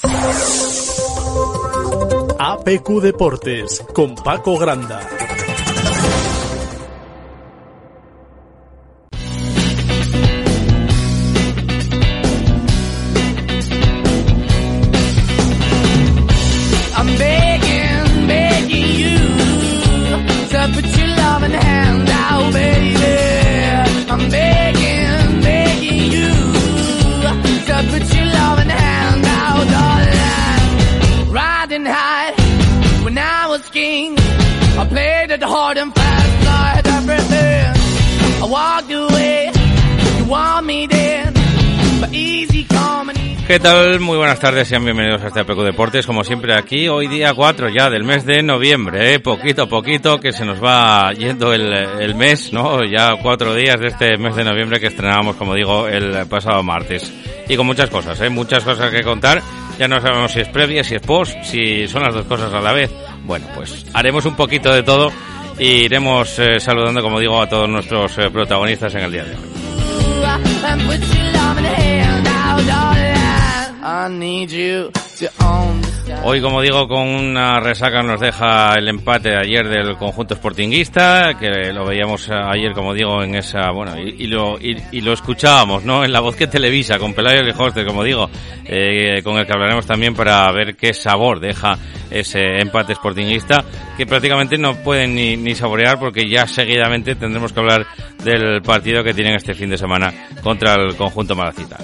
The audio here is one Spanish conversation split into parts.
APQ Deportes con Paco Granda. ¿Qué tal? Muy buenas tardes, sean bienvenidos a este APQ Deportes, como siempre aquí, hoy día 4 ya del mes de noviembre, poquito a poquito que se nos va yendo el mes, ¿no? Ya 4 días de este mes de noviembre que estrenábamos, como digo, el pasado martes. Y con muchas cosas, muchas cosas que contar, ya no sabemos si es previa, si es post, si son las dos cosas a la vez. Bueno, pues haremos un poquito de todo y iremos saludando, como digo, a todos nuestros protagonistas en el día de hoy. Hoy, como digo, con una resaca nos deja el empate de ayer del conjunto sportinguista, que lo veíamos ayer, como digo, en esa, bueno, y lo escuchábamos, ¿no? En la voz que televisa, con Pelayo Lijoste, como digo, con el que hablaremos también para ver qué sabor deja ese empate sportinguista, que prácticamente no pueden ni saborear, porque ya seguidamente tendremos que hablar del partido que tienen este fin de semana contra el conjunto malacita.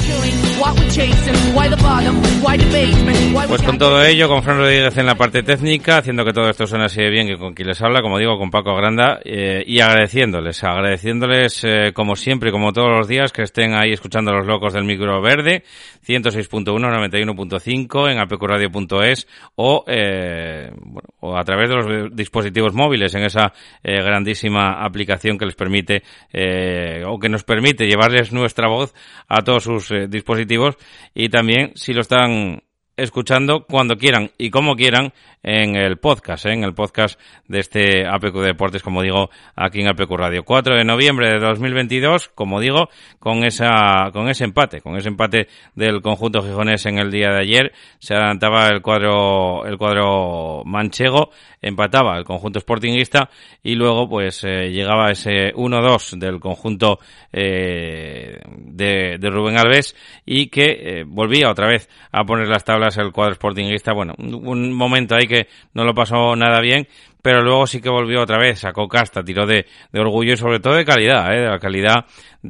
Pues con todo ello, con Fran Rodríguez en la parte técnica, haciendo que todo esto suene así de bien, que con quien les habla, como digo, con Paco Granda, y agradeciéndoles como siempre, como todos los días, que estén ahí escuchando a los locos del micro verde, 106.1, 91.5, en apqradio.es o a través de los dispositivos móviles, en esa grandísima aplicación que les permite, o que nos permite llevarles nuestra voz a todos sus dispositivos, y también si lo están escuchando cuando quieran y como quieran en el podcast de este APQ Deportes, como digo, aquí en APQ Radio. 4 de noviembre de 2022, como digo, con ese empate del conjunto gijonés en el día de ayer. Se adelantaba el cuadro manchego, empataba el conjunto sportinguista y luego pues llegaba ese 1-2 del conjunto de Rubén Alves, y que volvía otra vez a poner las tablas el cuadro sportinguista. Bueno, un momento ahí que no lo pasó nada bien, pero luego sí que volvió otra vez, sacó casta, tiró de orgullo y sobre todo de calidad, de la calidad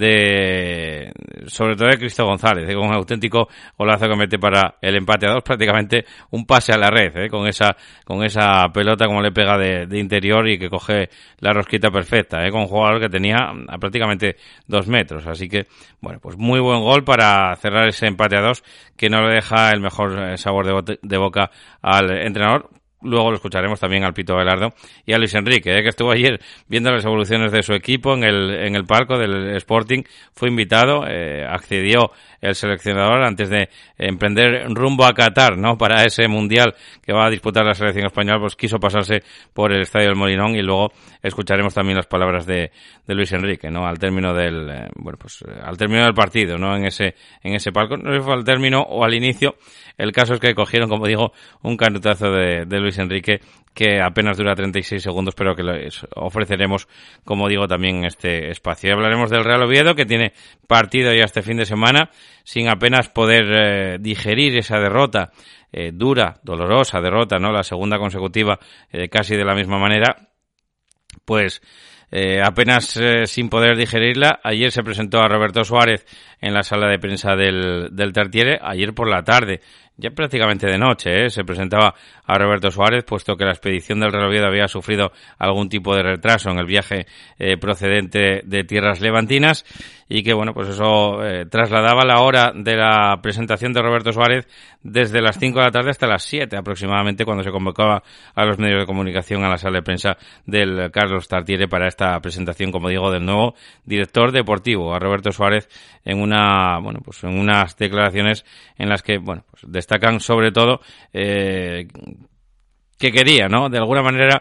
sobre todo de Cristo González, con un auténtico golazo que mete para el empate a 2, prácticamente un pase a la red, con esa pelota como le pega de interior y que coge la rosquita perfecta, con un jugador que tenía a prácticamente 2 metros, así que, bueno, pues muy buen gol para cerrar ese empate a 2, que no le deja el mejor sabor de boca al entrenador. Luego lo escucharemos también al Pito Velardo y a Luis Enrique, que estuvo ayer viendo las evoluciones de su equipo en el palco del Sporting. Fue invitado, accedió el seleccionador antes de emprender rumbo a Qatar, ¿no? Para ese mundial que va a disputar la selección española, pues quiso pasarse por el Estadio del Molinón, y luego escucharemos también las palabras de Luis Enrique, ¿no? Al término del partido, ¿no? En ese palco, no sé si fue al término o al inicio. El caso es que cogieron, como digo, un canutazo de Luis Enrique que apenas dura 36 segundos, pero que les ofreceremos, como digo, también en este espacio. Y hablaremos del Real Oviedo, que tiene partido ya este fin de semana, sin apenas poder digerir esa derrota, dura, dolorosa derrota, ¿no? La segunda consecutiva, casi de la misma manera, pues apenas sin poder digerirla. Ayer se presentó a Roberto Suárez en la sala de prensa del Tartiere, ayer por la tarde, ya prácticamente de noche, se presentaba a Roberto Suárez, puesto que la expedición del Real Oviedo había sufrido algún tipo de retraso en el viaje procedente de tierras levantinas, y que, bueno, pues eso trasladaba la hora de la presentación de Roberto Suárez desde las 5 de la tarde hasta las 7 aproximadamente, cuando se convocaba a los medios de comunicación a la sala de prensa del Carlos Tartiere para esta presentación, como digo, del nuevo director deportivo, a Roberto Suárez, en unas declaraciones en las que, bueno, pues destacan sobre todo que quería, ¿no?, de alguna manera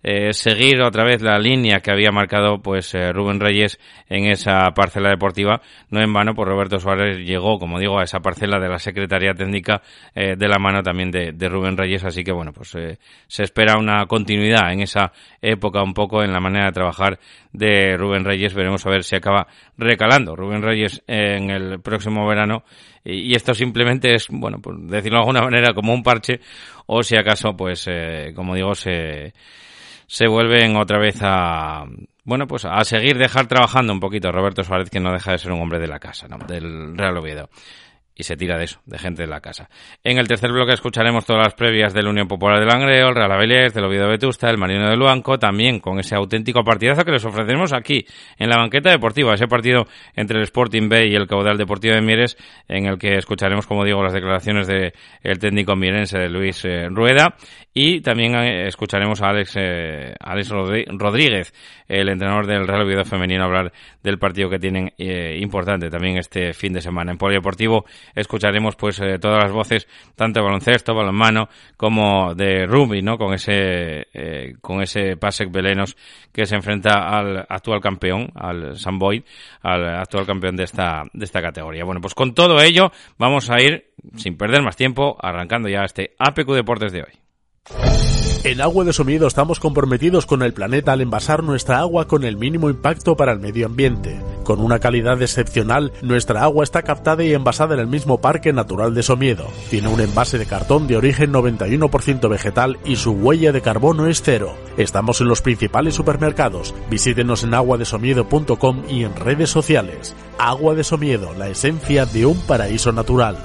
seguir otra vez la línea que había marcado pues Rubén Reyes en esa parcela deportiva. No en vano, pues Roberto Suárez llegó, como digo, a esa parcela de la Secretaría Técnica de la mano también de Rubén Reyes, así que bueno, pues se espera una continuidad en esa época un poco en la manera de trabajar de Rubén Reyes. Veremos a ver si acaba recalando Rubén Reyes en el próximo verano y esto simplemente es, bueno, por decirlo de alguna manera, como un parche, o si acaso, pues como digo, se vuelven otra vez a, bueno, pues a dejar trabajando un poquito a Roberto Suárez, que no deja de ser un hombre de la casa, ¿no?, del Real Oviedo. Y se tira de eso, de gente de la casa. En el tercer bloque escucharemos todas las previas del Unión Popular de Langreo, el Real Avilés, del Oviedo Vetusta, el Marino de Luanco, también con ese auténtico partidazo que les ofreceremos aquí, en la banqueta deportiva, ese partido entre el Sporting B y el Caudal Deportivo de Mieres, en el que escucharemos, como digo, las declaraciones del técnico mierense de Luis Rueda, y también escucharemos a Alex Rodríguez, el entrenador del Real Oviedo femenino, hablar del partido que tienen importante también este fin de semana. En polideportivo escucharemos pues todas las voces, tanto de baloncesto, balonmano, como de rugby, ¿no?, con ese Pasek Belenos, que se enfrenta al actual campeón, al Sant Boi, al actual campeón de esta categoría. Bueno, pues con todo ello vamos a ir, sin perder más tiempo, arrancando ya este APQ Deportes de hoy. En Agua de Somiedo estamos comprometidos con el planeta al envasar nuestra agua con el mínimo impacto para el medio ambiente. Con una calidad excepcional, nuestra agua está captada y envasada en el mismo Parque Natural de Somiedo. Tiene un envase de cartón de origen 91% vegetal y su huella de carbono es cero. Estamos en los principales supermercados. Visítenos en aguadesomiedo.com y en redes sociales. Agua de Somiedo, la esencia de un paraíso natural.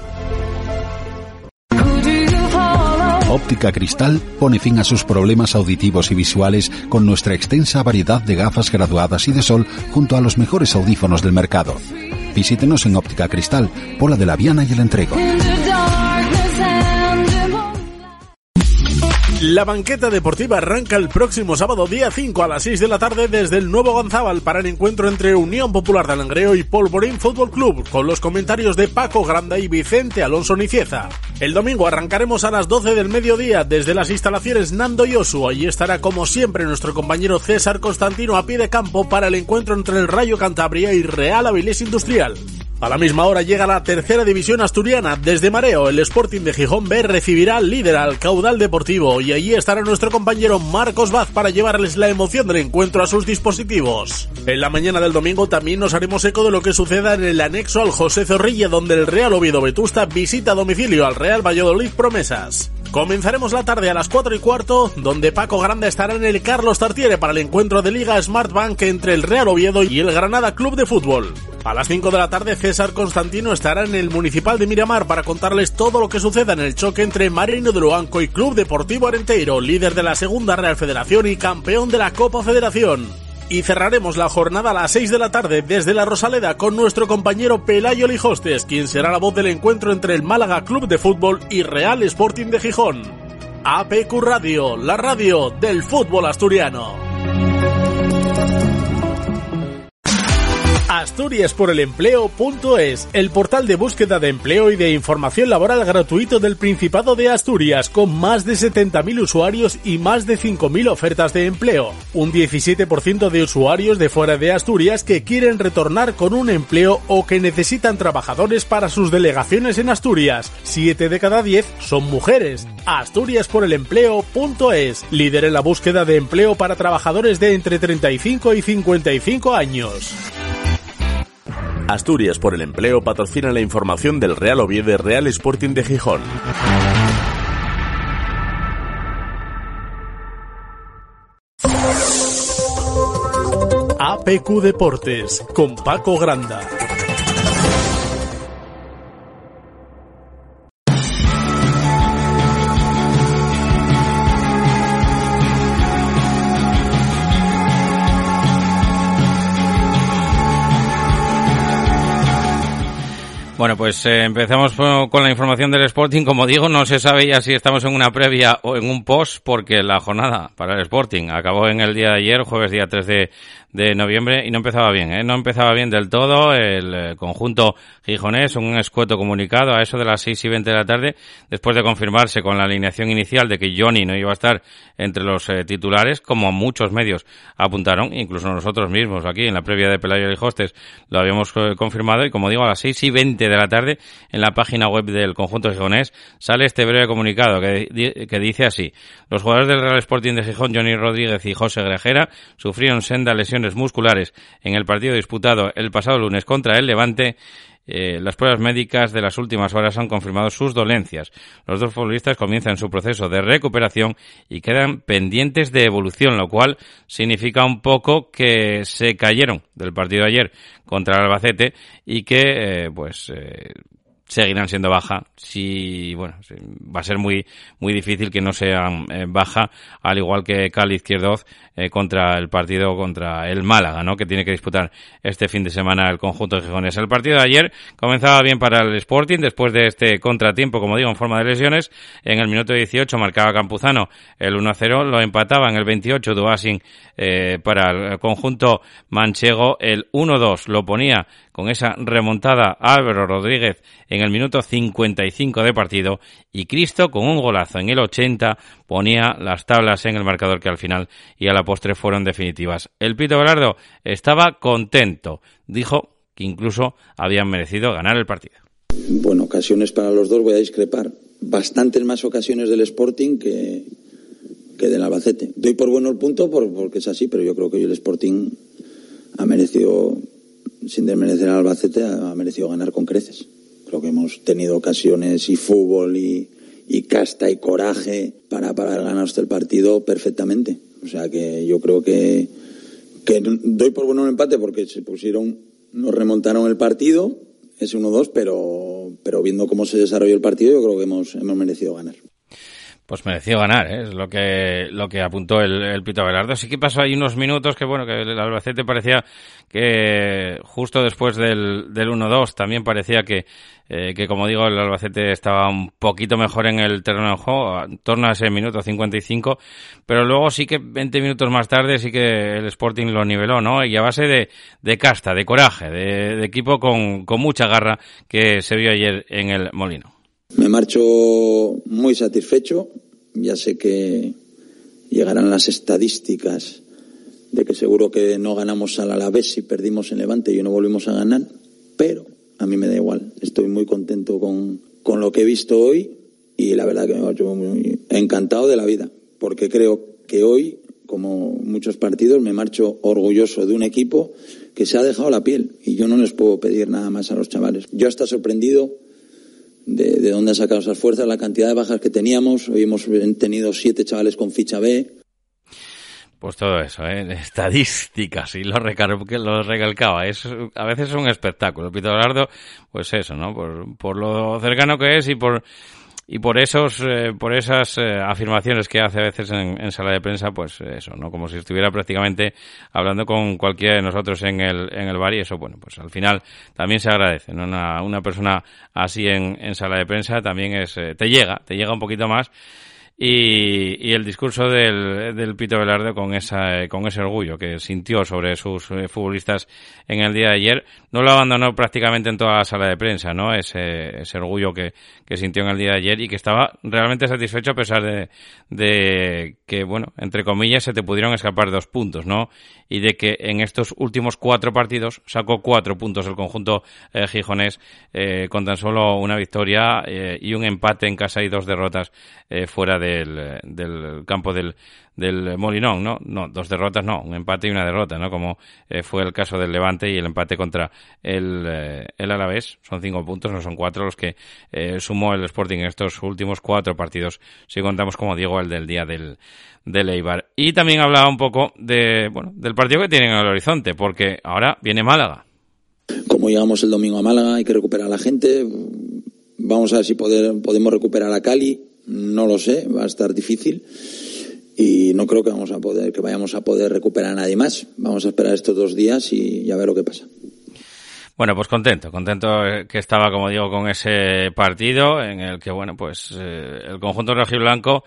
Óptica Cristal pone fin a sus problemas auditivos y visuales con nuestra extensa variedad de gafas graduadas y de sol junto a los mejores audífonos del mercado. Visítenos en Óptica Cristal, Pola de la Viana y El Entrego. La banqueta deportiva arranca el próximo sábado día 5 a las 6 de la tarde desde el Nuevo Gonzábal para el encuentro entre Unión Popular de Langreo y Polvorín Fútbol Club, con los comentarios de Paco Granda y Vicente Alonso Nicieza. El domingo arrancaremos a las 12 del mediodía desde las instalaciones Nando Yosu. Allí estará como siempre nuestro compañero César Constantino a pie de campo para el encuentro entre el Rayo Cantabria y Real Avilés Industrial. A la misma hora llega la tercera división asturiana. Desde Mareo, el Sporting de Gijón B recibirá al líder, al Caudal Deportivo, y allí estará nuestro compañero Marcos Vaz para llevarles la emoción del encuentro a sus dispositivos. En la mañana del domingo también nos haremos eco de lo que suceda en el anexo al José Zorrilla, donde el Real Oviedo Vetusta visita a domicilio al Real Valladolid Promesas. Comenzaremos la tarde a las 4:15, donde Paco Granda estará en el Carlos Tartiere para el encuentro de Liga Smartbank entre el Real Oviedo y el Granada Club de Fútbol. A las 5 de la tarde, César Constantino estará en el Municipal de Miramar para contarles todo lo que suceda en el choque entre Marino de Luanco y Club Deportivo Arenteiro, líder de la Segunda Real Federación y campeón de la Copa Federación. Y cerraremos la jornada a las 6 de la tarde desde la Rosaleda con nuestro compañero Pelayo Lijostes, quien será la voz del encuentro entre el Málaga Club de Fútbol y Real Sporting de Gijón. APQ Radio, la radio del fútbol asturiano. AsturiasporelEmpleo.es, el portal de búsqueda de empleo y de información laboral gratuito del Principado de Asturias, con más de 70.000 usuarios y más de 5.000 ofertas de empleo. Un 17% de usuarios de fuera de Asturias que quieren retornar con un empleo o que necesitan trabajadores para sus delegaciones en Asturias. 7 de cada 10 son mujeres. AsturiasporelEmpleo.es, líder en la búsqueda de empleo para trabajadores de entre 35 y 55 años. Asturias por el Empleo patrocina la información del Real Oviedo y Real Sporting de Gijón. APQ Deportes con Paco Granda. Bueno, pues empezamos con la información del Sporting. Como digo, no se sabe ya si estamos en una previa o en un post, porque la jornada para el Sporting acabó en el día de ayer, jueves día 3 de noviembre y no empezaba bien, no empezaba bien del todo. El conjunto gijonés, un escueto comunicado a eso de las 6:20 de la tarde, después de confirmarse con la alineación inicial de que Johnny no iba a estar entre los titulares, como muchos medios apuntaron, incluso nosotros mismos aquí en la previa de Pelayo y Hostes lo habíamos confirmado, y como digo, a las 6:20 de la tarde en la página web del conjunto gijonés sale este breve comunicado que dice así: los jugadores del Real Sporting de Gijón, Johnny Rodríguez y José Grajera, sufrieron sendas lesiones musculares en el partido disputado el pasado lunes contra el Levante. Las pruebas médicas de las últimas horas han confirmado sus dolencias. Los dos futbolistas comienzan su proceso de recuperación y quedan pendientes de evolución, lo cual significa un poco que se cayeron del partido de ayer contra el Albacete y que seguirán siendo baja. Va a ser muy difícil que no sean baja, al igual que Cali Izquierdoz contra el partido contra el Málaga, ¿no?, que tiene que disputar este fin de semana el conjunto de gijonés. El partido de ayer comenzaba bien para el Sporting después de este contratiempo, como digo, en forma de lesiones. En el minuto 18 marcaba Campuzano el 1-0, lo empataba en el 28 Duasin para el conjunto manchego. El 1-2 lo ponía con esa remontada Álvaro Rodríguez en el minuto 55 de partido, y Cristo con un golazo en el 80 ponía las tablas en el marcador que al final y a la postre fueron definitivas. El Pito Velardo estaba contento, dijo que incluso habían merecido ganar el partido. Bueno, ocasiones para los dos voy a discrepar. Bastantes más ocasiones del Sporting que del Albacete. Doy por bueno el punto porque es así, pero yo creo que hoy el Sporting ha merecido, sin desmerecer al Albacete, ha merecido ganar con creces. Creo que hemos tenido ocasiones y fútbol y casta y coraje para ganar el partido perfectamente. O sea que yo creo que doy por bueno un empate porque nos remontaron el partido, ese 1-2, pero viendo cómo se desarrolló el partido, yo creo que hemos merecido ganar. Pues mereció ganar, es lo que apuntó el Pito Velardo. Sí que pasó ahí unos minutos que el Albacete parecía que justo después del 1-2 también parecía que como digo, el Albacete estaba un poquito mejor en el terreno de juego, en torno a ese minuto 55, pero luego sí que 20 minutos más tarde sí que el Sporting lo niveló, ¿no? Y a base de casta, de coraje, de equipo con mucha garra que se vio ayer en el Molino. Me marcho muy satisfecho. Ya sé que llegarán las estadísticas de que seguro que no ganamos al Alavés si perdimos en Levante y no volvimos a ganar, pero a mí me da igual. Estoy muy contento con lo que he visto hoy y la verdad que me marcho muy encantado de la vida, porque creo que hoy, como muchos partidos, me marcho orgulloso de un equipo que se ha dejado la piel y yo no les puedo pedir nada más a los chavales. Yo hasta sorprendido de dónde han sacado esas fuerzas, la cantidad de bajas que teníamos. Hoy hemos tenido 7 chavales con ficha B. Pues todo eso, estadísticas, y lo recalcaba. A veces es un espectáculo. El Pito Velardo, pues eso, ¿no? Por lo cercano que es y por esas afirmaciones que hace a veces en sala de prensa, pues eso, ¿no? Como si estuviera prácticamente hablando con cualquiera de nosotros en el bar, y eso, bueno, pues al final también se agradece, ¿no? Una persona así en sala de prensa también te llega un poquito más. Y el discurso del Pito Velardo con ese orgullo que sintió sobre sus futbolistas en el día de ayer, no lo abandonó prácticamente en toda la sala de prensa, ¿no? Ese orgullo que sintió en el día de ayer y que estaba realmente satisfecho a pesar de que, bueno, entre comillas, se te pudieron escapar 2 puntos, ¿no? Y de que en estos últimos 4 partidos sacó 4 puntos el conjunto gijonés, con tan solo una victoria y un empate en casa y 2 derrotas fuera del campo del Molinón, ¿no? No, 2 derrotas no, un empate y una derrota, ¿no? Como fue el caso del Levante y el empate contra el Alavés. Son 5 puntos, no son 4 los que sumó el Sporting en estos últimos 4 partidos, si contamos, como digo, el del día del Eibar. Y también hablaba un poco del partido que tienen en el horizonte, porque ahora viene Málaga. Como llegamos el domingo a Málaga, hay que recuperar a la gente. Vamos a ver si podemos recuperar a Cali. No lo sé, va a estar difícil y no creo que vayamos a poder recuperar a nadie más. Vamos a esperar estos 2 días y a ver lo que pasa. Bueno, pues contento que estaba, como digo, con ese partido en el que, bueno, pues el conjunto rojiblanco,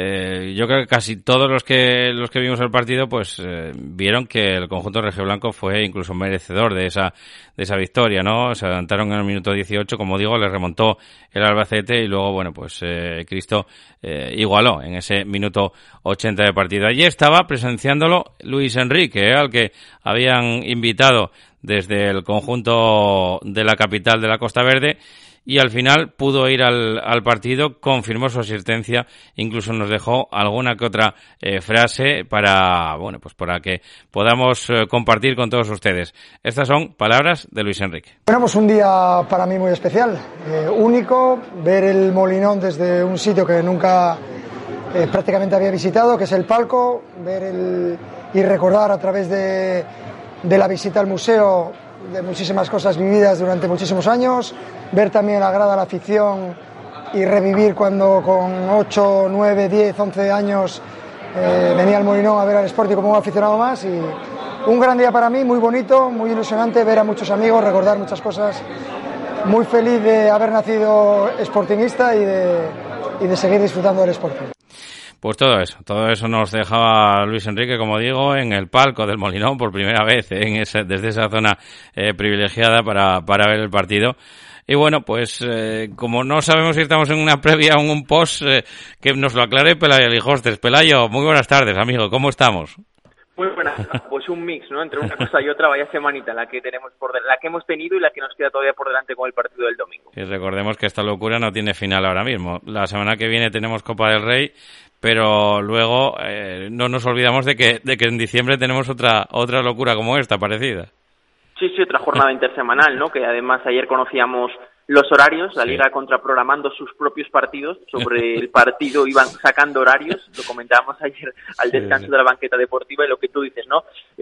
yo creo que casi todos los que vimos el partido, pues vieron que el conjunto rojiblanco fue incluso merecedor de esa victoria, ¿no? Se adelantaron en el minuto 18, como digo, le remontó el Albacete y luego, bueno, pues Cristo igualó en ese minuto 80 de partido. Allí estaba presenciándolo Luis Enrique, al que habían invitado desde el conjunto de la capital de la Costa Verde, y al final pudo ir al partido, confirmó su asistencia, incluso nos dejó alguna que otra frase para que podamos compartir con todos ustedes. Estas son palabras de Luis Enrique. Bueno, pues un día para mí muy especial, único, ver el Molinón desde un sitio que nunca prácticamente había visitado, que es el Palco, ver y recordar a través de la visita al museo de muchísimas cosas vividas durante muchísimos años, ver también la grada, la afición y revivir cuando con 8, 9, 10, 11 años venía al Molinón a ver al Sporting como un aficionado más, y un gran día para mí, muy bonito, muy ilusionante, ver a muchos amigos, recordar muchas cosas, muy feliz de haber nacido sportingista y de seguir disfrutando del Sporting. Pues todo eso nos dejaba Luis Enrique, como digo, en el palco del Molinón por primera vez, desde esa zona privilegiada para ver el partido. Y bueno, pues como no sabemos si estamos en una previa o en un post, que nos lo aclare Pelayo Lijostes. Pelayo, muy buenas tardes, amigo, ¿cómo estamos? Muy buenas, pues un mix, ¿no? Entre una cosa y otra, vaya semanita la que hemos tenido y la que nos queda todavía por delante con el partido del domingo. Y recordemos que esta locura no tiene final ahora mismo. La semana que viene tenemos Copa del Rey, pero luego no nos olvidamos de que en diciembre tenemos otra locura como esta, parecida. Sí, otra jornada intersemanal, ¿no? Que además ayer conocíamos los horarios, la Liga contraprogramando sus propios partidos, sobre el partido iban sacando horarios, lo comentábamos ayer al descanso de la banqueta deportiva, y lo que tú dices, ¿no?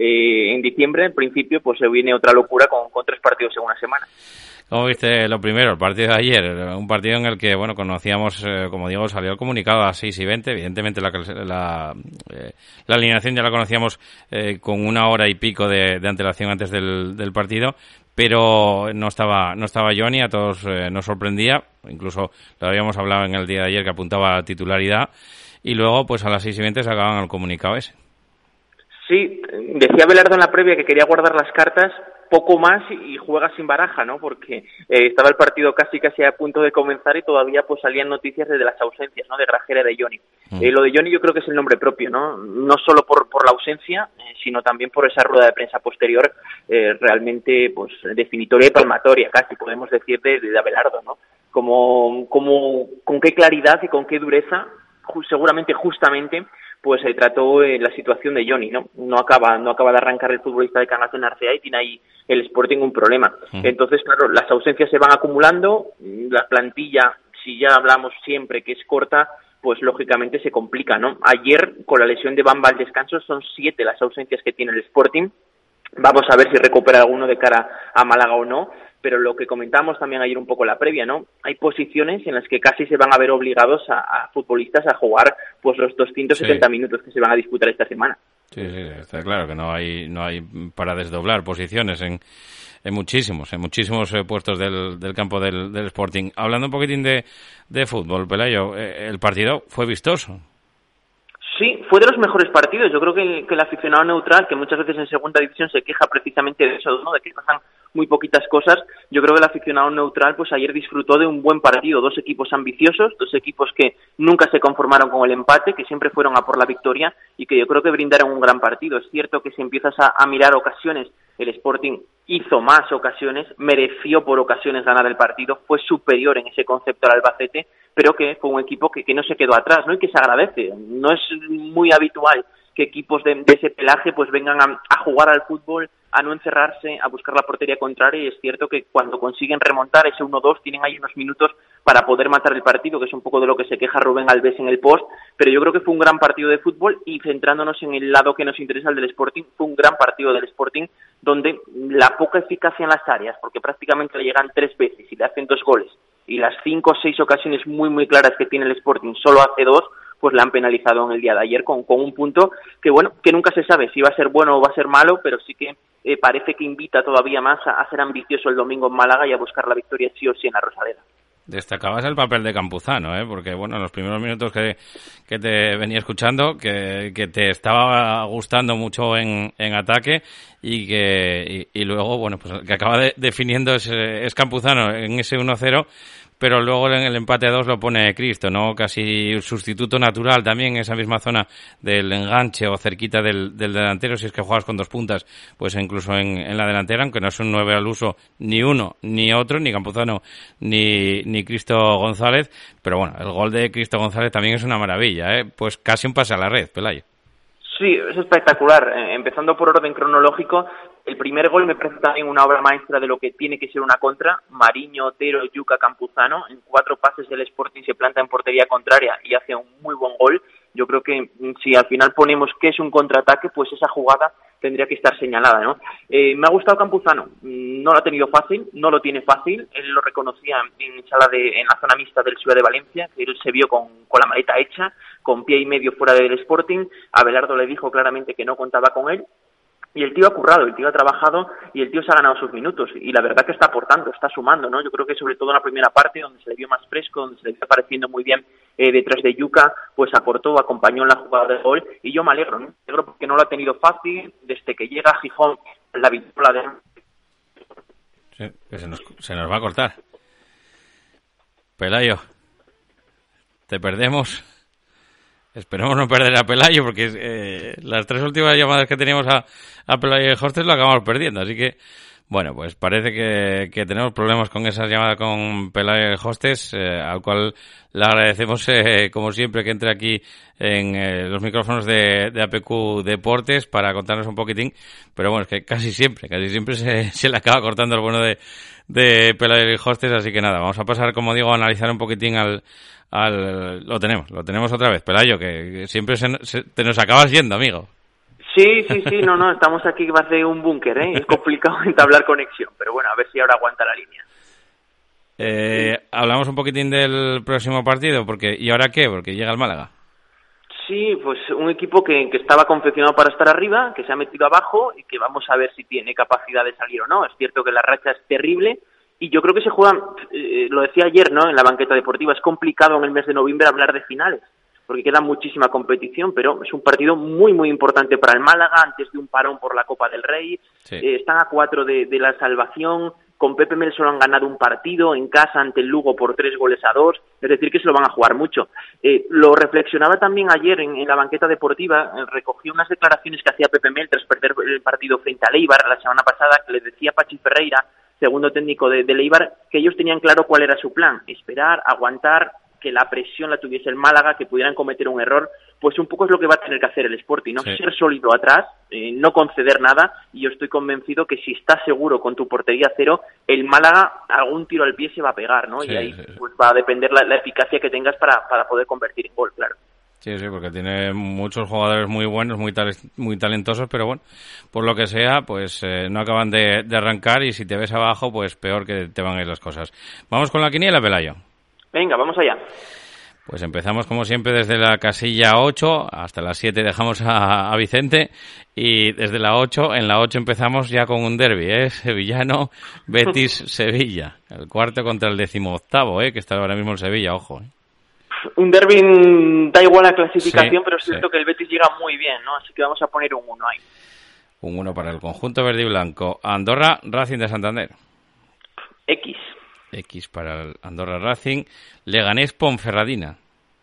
En diciembre, en principio, pues se viene otra locura con 3 partidos en una semana. ¿Cómo viste lo primero, el partido de ayer? Un partido en el que, bueno, conocíamos, como digo, salió el comunicado a las 6:20. Evidentemente la alineación ya la conocíamos con 1 hora y pico de antelación antes del partido, pero no estaba Johnny, a todos nos sorprendía, incluso lo habíamos hablado en el día de ayer, que apuntaba a la titularidad, y luego pues a las 6:20 sacaban el comunicado ese. Sí, decía Belardo en la previa que quería guardar las cartas poco más y juega sin baraja, ¿no? Porque estaba el partido casi a punto de comenzar y todavía pues salían noticias de las ausencias, ¿no? De Grajera y de Johnny. Lo de Johnny yo creo que es el nombre propio, ¿no? No solo por la ausencia, sino también por esa rueda de prensa posterior, realmente pues definitoria y palmatoria, casi podemos decir de Abelardo, ¿no? Con qué claridad y con qué dureza, seguramente justamente, pues se trató la situación de Johnny, ¿no? No acaba de arrancar el futbolista de Cangas en Arcea y tiene ahí el Sporting un problema. Entonces, claro, las ausencias se van acumulando, la plantilla, si ya hablamos siempre que es corta, pues lógicamente se complica, ¿no? Ayer, con la lesión de Bamba al descanso, son 7 las ausencias que tiene el Sporting. Vamos a ver si recupera alguno de cara a Málaga o no, pero lo que comentábamos también ayer un poco en la previa, ¿no? Hay posiciones en las que casi se van a ver obligados a futbolistas a jugar pues los 270 minutos que se van a disputar esta semana. Sí, está claro que no hay para desdoblar posiciones en muchísimos puestos del campo del Sporting. Hablando un poquitín de fútbol, Pelayo, el partido fue vistoso. Sí, fue de los mejores partidos. Yo creo que el aficionado neutral, que muchas veces en segunda división se queja precisamente de eso, ¿no? De que pasan muy poquitas cosas. Yo creo que el aficionado neutral, pues ayer disfrutó de un buen partido. 2 equipos ambiciosos, 2 equipos que nunca se conformaron con el empate, que siempre fueron a por la victoria y que yo creo que brindaron un gran partido. Es cierto que si empiezas a mirar ocasiones, el Sporting hizo más ocasiones, mereció por ocasiones ganar el partido, fue superior en ese concepto al Albacete, pero que fue un equipo que no se quedó atrás, ¿no? Y que se agradece. No es muy habitual que equipos de ese pelaje pues vengan a jugar al fútbol, a no encerrarse, a buscar la portería contraria, y es cierto que cuando consiguen remontar ese 1-2 tienen ahí unos minutos para poder matar el partido, que es un poco de lo que se queja Rubén Alves en el post, pero yo creo que fue un gran partido de fútbol, y centrándonos en el lado que nos interesa, el del Sporting, fue un gran partido del Sporting, donde la poca eficacia en las áreas, porque prácticamente le llegan 3 veces y le hacen 2 goles, y las 5 o 6 ocasiones muy muy claras que tiene el Sporting solo hace 2, pues la han penalizado en el día de ayer con un punto que, bueno, que nunca se sabe si va a ser bueno o va a ser malo, pero sí que parece que invita todavía más a ser ambicioso el domingo en Málaga y a buscar la victoria sí o sí en la Rosaleda. Destacabas el papel de Campuzano, porque bueno, en los primeros minutos que te venía escuchando, que te estaba gustando mucho en ataque y luego, bueno, pues el que acaba definiendo es Campuzano en ese 1-0, pero luego en el empate a 2 lo pone Cristo, ¿no? Casi sustituto natural también en esa misma zona del enganche o cerquita del delantero, si es que juegas con dos puntas, pues incluso en la delantera, aunque no es un 9 al uso ni uno ni otro, ni Campuzano ni Cristo González, pero bueno, el gol de Cristo González también es una maravilla, pues casi un pase a la red, Pelayo. Sí, es espectacular. Empezando por orden cronológico, el primer gol me parece también una obra maestra de lo que tiene que ser una contra. Mariño, Otero, Yuca, Campuzano, en 4 pases del Sporting se planta en portería contraria y hace un muy buen gol. Yo creo que si al final ponemos que es un contraataque, pues esa jugada tendría que estar señalada, ¿no? Me ha gustado Campuzano, no lo ha tenido fácil, no lo tiene fácil, él lo reconocía en la zona mixta del Ciudad de Valencia, que él se vio con la maleta hecha, con pie y medio fuera del Sporting. Abelardo le dijo claramente que no contaba con él, y el tío ha currado, el tío ha trabajado y el tío se ha ganado sus minutos, y la verdad que está aportando, está sumando, ¿no? Yo creo que sobre todo en la primera parte, donde se le vio más fresco, donde se le vio apareciendo muy bien detrás de Yuca, pues aportó, acompañó en la jugada del gol, y yo me alegro, ¿no? Me alegro porque no lo ha tenido fácil, desde que llega a Gijón, la victoria de... Sí, que se nos va a cortar. Pelayo, te perdemos. Esperemos no perder a Pelayo, porque las 3 últimas llamadas que teníamos a Pelayo y Hostes lo acabamos perdiendo, así que bueno, pues parece que tenemos problemas con esas llamadas con Pelayo y Hostes, al cual le agradecemos como siempre que entre aquí en los micrófonos de APQ Deportes para contarnos un poquitín, pero bueno, es que casi siempre se le acaba cortando el bueno de Pelayo y Hostes, así que nada, vamos a pasar, como digo, a analizar un poquitín lo tenemos otra vez, Pelayo, que siempre te nos acabas yendo, amigo. Sí, no, estamos aquí que va a ser un búnker, es complicado entablar conexión, pero bueno, a ver si ahora aguanta la línea. Hablamos un poquitín del próximo partido, ¿y ahora qué? Porque llega el Málaga. Sí, pues un equipo que estaba confeccionado para estar arriba, que se ha metido abajo y que vamos a ver si tiene capacidad de salir o no. Es cierto que la racha es terrible y yo creo que se juegan, lo decía ayer, ¿no? En la banqueta deportiva, es complicado en el mes de noviembre hablar de finales, porque queda muchísima competición, pero es un partido muy, muy importante para el Málaga, antes de un parón por la Copa del Rey. Sí. Están a 4 de la salvación, con Pepe Mel solo han ganado un partido en casa ante el Lugo por 3-2, es decir, que se lo van a jugar mucho. Lo reflexionaba también ayer en la banqueta deportiva, recogí unas declaraciones que hacía Pepe Mel tras perder el partido frente a Leibar la semana pasada, que le decía a Pachi Ferreira, segundo técnico de Leibar, que ellos tenían claro cuál era su plan: esperar, aguantar, que la presión la tuviese el Málaga, que pudieran cometer un error. Pues un poco es lo que va a tener que hacer el Sporting, ¿no? Sí. Ser sólido atrás, no conceder nada, y yo estoy convencido que si estás seguro con tu portería cero, el Málaga algún tiro al pie se va a pegar, ¿no? Sí, y ahí pues va a depender la eficacia que tengas para poder convertir en gol, claro. Sí, porque tiene muchos jugadores muy buenos, muy talentosos, pero bueno, por lo que sea, pues no acaban de arrancar, y si te ves abajo, pues peor que te van a ir las cosas. Vamos con la quiniela, Pelayo. Venga, vamos allá. Pues empezamos como siempre desde la casilla 8, hasta las 7 dejamos a Vicente, y desde la 8, en la 8 empezamos ya con un derbi, sevillano, Betis-Sevilla, el cuarto contra el 18º, que está ahora mismo el Sevilla, ojo. Un derbi da igual la clasificación, sí, pero es cierto que el Betis llega muy bien, ¿no? Así que vamos a poner un 1 ahí. Un 1 para el conjunto verde y blanco. Andorra, Racing de Santander. X para el Andorra Racing. Leganés Ponferradina.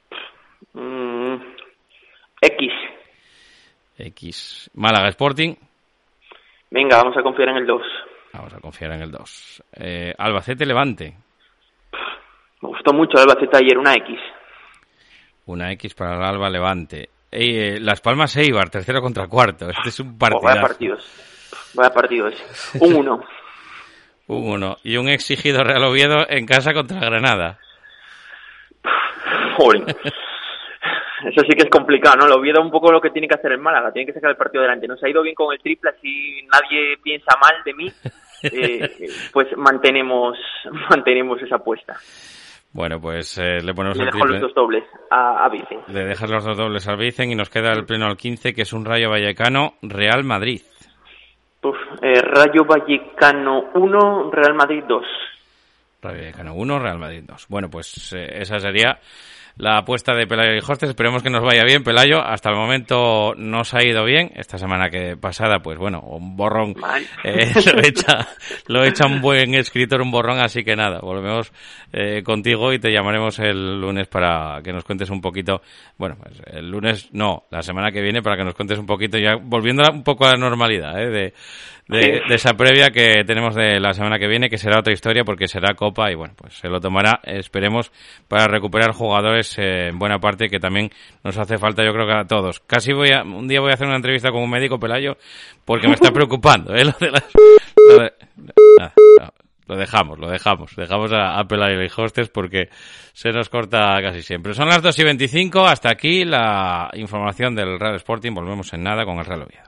X. Málaga Sporting. Venga, vamos a confiar en el 2. Vamos a confiar en el 2. Albacete Levante. Me gustó mucho el Albacete ayer, una X. Una X para el Alba Levante. Las Palmas Eibar, tercero contra cuarto. Este es un partidazo. Vaya partidos. Un 1. Un 1. Y un exigido Real Oviedo en casa contra Granada. Joder. Eso sí que es complicado, ¿no? El Oviedo un poco lo que tiene que hacer el Málaga. Tiene que sacar el partido adelante. Nos ha ido bien con el triple, así nadie piensa mal de mí. Pues mantenemos esa apuesta. Bueno, pues le ponemos el triple. Le dejo los 2 dobles a Vicen. Le dejas los 2 dobles al Vicen y nos queda el pleno al 15, que es un Rayo Vallecano Real Madrid. Rayo Vallecano 1, Real Madrid 2. Rayo Vallecano 1, Real Madrid 2. Bueno, pues esa sería la apuesta de Pelayo Lijostes. Esperemos que nos vaya bien, Pelayo. Hasta el momento nos ha ido bien. Esta semana que pasada, pues bueno, un borrón lo echa un buen escritor, un borrón. Así que nada, volvemos contigo y te llamaremos el lunes para que nos cuentes un poquito. Bueno, pues el lunes no, la semana que viene, para que nos cuentes un poquito, ya volviendo un poco a la normalidad, de esa previa que tenemos de la semana que viene, que será otra historia porque será Copa y bueno, pues se lo tomará, esperemos, para recuperar jugadores en buena parte, que también nos hace falta, yo creo que a todos. Casi un día voy a hacer una entrevista con un médico, Pelayo, porque me está preocupando, lo dejamos a Pelayo Lijostes porque se nos corta casi siempre. Son las 2:25, hasta aquí la información del Real Sporting, volvemos en nada con el Real Oviedo.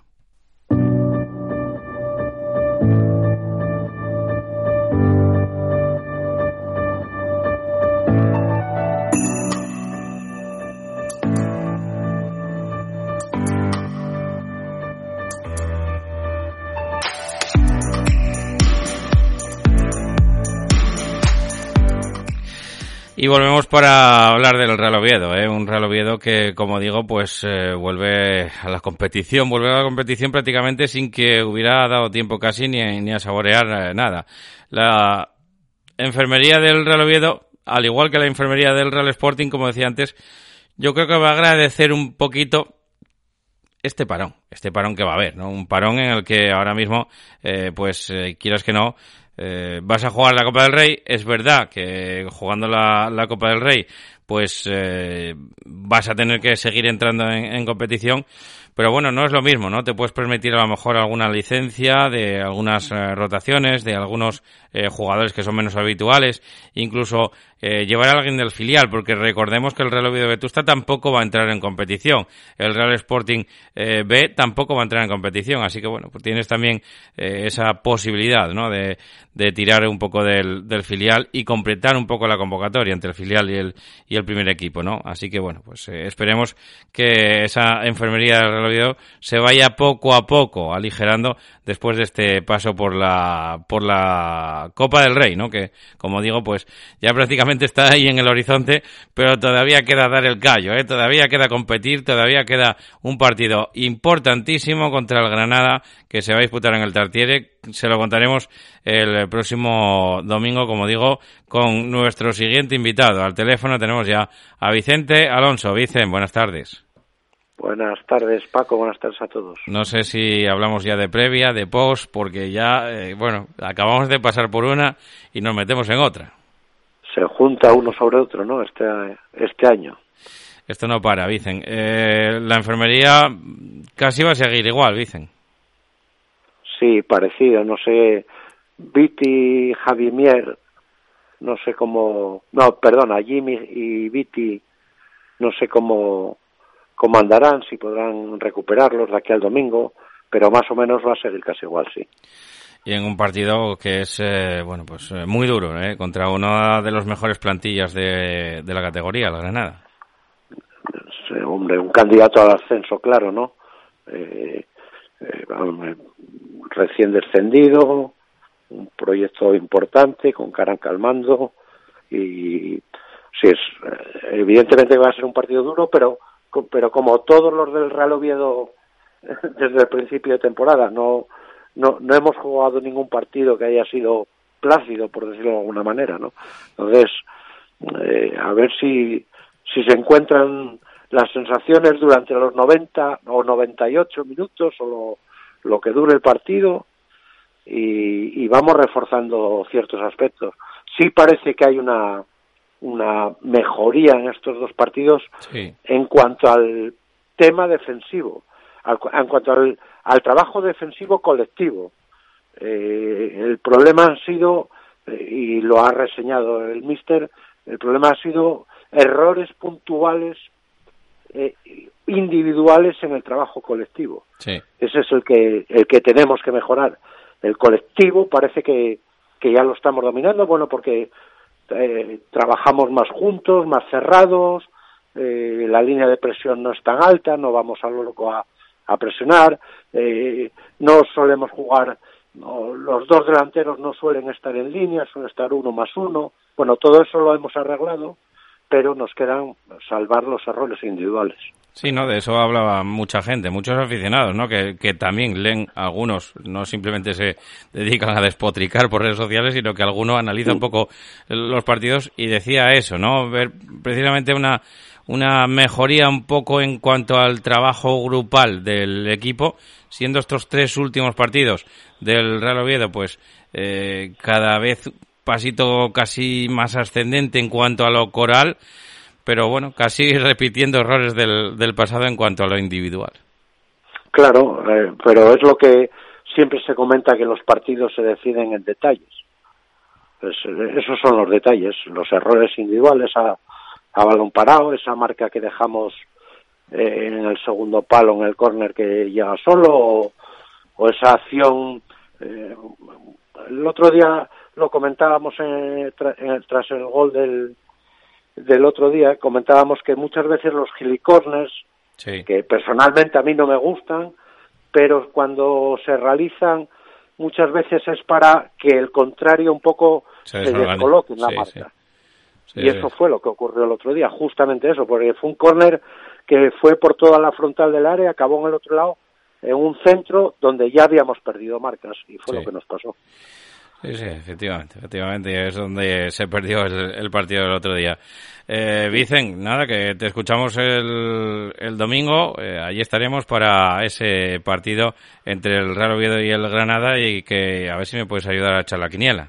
Y volvemos para hablar del Real Oviedo, un Real Oviedo que, como digo, pues vuelve a la competición prácticamente sin que hubiera dado tiempo casi ni a saborear nada. La enfermería del Real Oviedo, al igual que la enfermería del Real Sporting, como decía antes, yo creo que va a agradecer un poquito este parón que va a haber, ¿no? Un parón en el que ahora mismo, quieras que no, vas a jugar la Copa del Rey. Es verdad que jugando la Copa del Rey, pues vas a tener que seguir entrando en competición, pero bueno, no es lo mismo, ¿no? Te puedes permitir a lo mejor alguna licencia de algunas rotaciones, de algunos jugadores que son menos habituales, incluso llevar a alguien del filial, porque recordemos que el Real Oviedo Vetusta tampoco va a entrar en competición, el Real Sporting B tampoco va a entrar en competición, así que bueno, pues tienes también esa posibilidad, ¿no? De tirar un poco del filial y completar un poco la convocatoria entre el filial y el primer equipo, ¿no? Así que bueno, pues esperemos que esa enfermería del Real Oviedo se vaya poco a poco aligerando después de este paso por la Copa del Rey, ¿no? Que, como digo, pues ya prácticamente está ahí en el horizonte, pero todavía queda dar el callo, todavía queda competir, todavía queda un partido importantísimo contra el Granada que se va a disputar en el Tartiere. Se lo contaremos el próximo domingo, como digo, con nuestro siguiente invitado. Al teléfono tenemos ya a Vicente Alonso. Vicente, buenas tardes. Buenas tardes, Paco, buenas tardes a todos. No sé si hablamos ya de previa, de post, porque ya, acabamos de pasar por una y nos metemos en otra. Se junta uno sobre otro, ¿no? Este año. Esto no para, Vicen. La enfermería casi va a seguir igual, Vicen. Sí, parecido, no sé. Viti, Javimier, no sé cómo... No, perdona, Jimmy y Viti, no sé cómo andarán, si podrán recuperarlos de aquí al domingo, pero más o menos va a seguir casi igual, sí. Y en un partido que es, muy duro, contra una de las mejores plantillas de la categoría, la Granada. Hombre, un candidato al ascenso, claro, ¿no? Recién descendido, un proyecto importante, con Caranca al mando, y sí, evidentemente va a ser un partido duro, pero como todos los del Real Oviedo desde el principio de temporada, no hemos jugado ningún partido que haya sido plácido, por decirlo de alguna manera, ¿no? Entonces, a ver si se encuentran las sensaciones durante los 90 o 98 minutos o lo que dure el partido, y vamos reforzando ciertos aspectos. Sí parece que hay una mejoría en estos dos partidos, sí, en cuanto al tema defensivo, en cuanto al trabajo defensivo colectivo. El problema ha sido, y lo ha reseñado el míster, el problema ha sido errores puntuales individuales en el trabajo colectivo. Sí. Ese es el que tenemos que mejorar. El colectivo parece que ya lo estamos dominando, bueno, porque trabajamos más juntos, más cerrados, la línea de presión no es tan alta, no vamos a lo loco a a presionar, no solemos jugar, los dos delanteros no suelen estar en línea, suelen estar 1+1, bueno, todo eso lo hemos arreglado, pero nos quedan salvar los errores individuales. Sí, no, de eso hablaba mucha gente, muchos aficionados, ¿no? Que también leen, algunos no simplemente se dedican a despotricar por redes sociales, sino que alguno analiza un poco los partidos y decía eso, ¿no? Ver precisamente una mejoría un poco en cuanto al trabajo grupal del equipo, siendo estos 3 últimos partidos del Real Oviedo, pues cada vez pasito casi más ascendente en cuanto a lo coral, pero bueno, casi repitiendo errores del pasado en cuanto a lo individual. Claro, pero es lo que siempre se comenta, que los partidos se deciden en detalles. Pues, esos son los detalles, los errores individuales a balón parado, esa marca que dejamos en el segundo palo en el córner que llega solo, o esa acción. El otro día lo comentábamos tras el gol del otro día, comentábamos que muchas veces los gilicorners, sí, que personalmente a mí no me gustan, pero cuando se realizan muchas veces es para que el contrario un poco se descoloque en la marca. Sí. Y eso fue lo que ocurrió el otro día, justamente eso, porque fue un córner que fue por toda la frontal del área, acabó en el otro lado, en un centro donde ya habíamos perdido marcas, y fue lo que nos pasó. Sí, efectivamente, es donde se perdió el partido del otro día. Vicen, nada, que te escuchamos el domingo, allí estaremos para ese partido entre el Real Oviedo y el Granada, y que a ver si me puedes ayudar a echar la quiniela.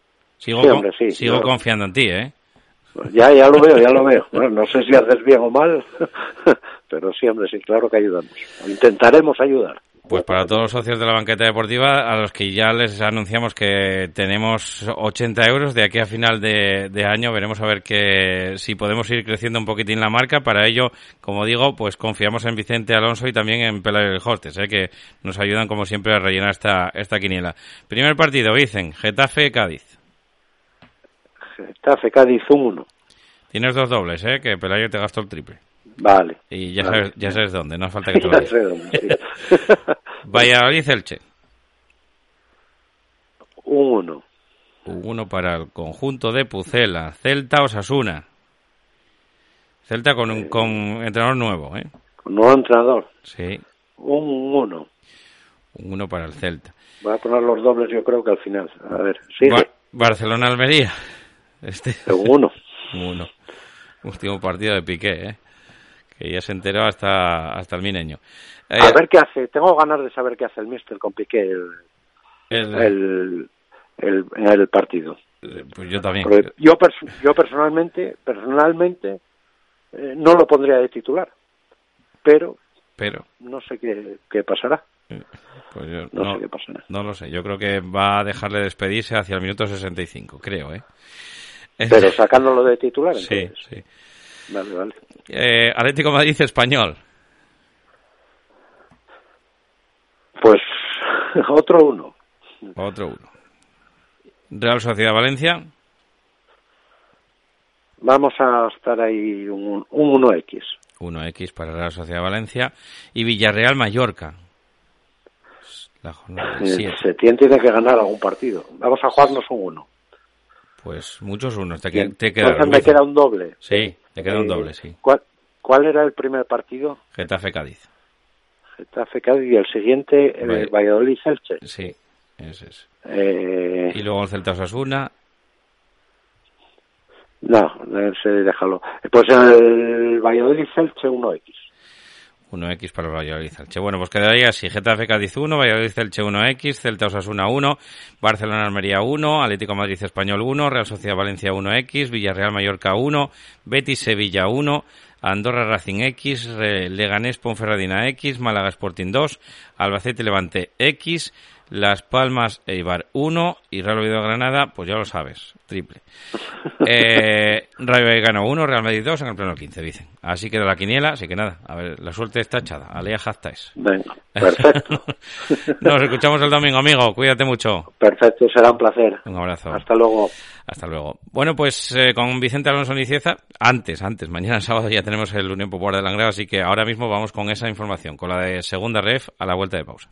Sigo confiando en ti, ¿eh? Ya lo veo. Bueno, no sé si haces bien o mal, pero sí, hombre, sí, claro que ayudamos. Intentaremos ayudar. Pues para todos los socios de la banqueta deportiva, a los que ya les anunciamos que tenemos 80 euros de aquí a final de año, veremos a ver si podemos ir creciendo un poquitín la marca. Para ello, como digo, pues confiamos en Vicente Alonso y también en Pelayo Hostes, que nos ayudan como siempre a rellenar esta quiniela. Primer partido, Vicen, Getafe-Cádiz. Getafe-Cádiz 1-1. Tienes 2 dobles, que Pelayo te gastó el triple. Vale. Y ya sabes dónde, no hace falta que te lo digas. Sí. Valladolid-Elche. 1-1. 1 para el conjunto de Pucela. Celta-Osasuna. Celta con entrenador nuevo, Con nuevo entrenador. Sí. 1-1. 1 para el Celta. Voy a poner los dobles, yo creo que al final. A ver, sigue. Barcelona-Almería. 1-1. 1. Último partido de Piqué, que ya se enteró hasta el mineño. A ver qué hace. Tengo ganas de saber qué hace el míster con Piqué en el partido. Pues yo también. Yo personalmente no lo pondría de titular, pero no sé qué pasará. Pues yo no sé qué pasará. No lo sé. Yo creo que va a dejarle despedirse hacia el minuto 65, creo, Pero sacándolo de titular, entonces. Sí. Vale. Atlético Madrid-Español. Pues otro 1. Real Sociedad Valencia. Vamos a estar ahí un 1X. 1X para Real Sociedad Valencia. Y Villarreal Mallorca. La jornada 7. Setién tiene que ganar algún partido. Vamos a jugarnos un 1. Pues muchos unos. Entonces me queda un doble. Sí, te queda un doble, sí. ¿Cuál era el primer partido? Getafe-Cádiz. Y el siguiente, Valladolid-Elche. Sí, ese es. Y luego el Celta-Osasuna. No, déjalo. Pues el Valladolid-Elche 1X. 1X para el Valladolid-Elche. Bueno, pues quedaría así: Getafe-Cádiz 1, Valladolid-Elche 1X, Celta-Osasuna 1, Barcelona-Almería 1, Atlético Madrid-Español 1, Real Sociedad Valencia 1X, Villarreal-Mallorca 1, Betis-Sevilla 1, Andorra-Racing X, Leganés-Ponferradina X, Málaga-Sporting 2, Albacete-Levante X, Las Palmas-Eibar 1 y Real Oviedo-Granada, pues ya lo sabes, triple. Rayo Vallecano 1, Real Madrid 2 en el pleno 15, dicen. Así queda la quiniela, así que nada, a ver, la suerte está echada. Alea Jaztaes. Venga, perfecto. Nos escuchamos el domingo, amigo, cuídate mucho. Perfecto, será un placer. Un abrazo. Hasta luego. Hasta luego. Bueno, pues con Vicente Alonso Nicieza, antes, mañana sábado ya tenemos tenemos el Unión Popular de Langreo, así que ahora mismo vamos con esa información, con la de segunda ref a la vuelta de pausa.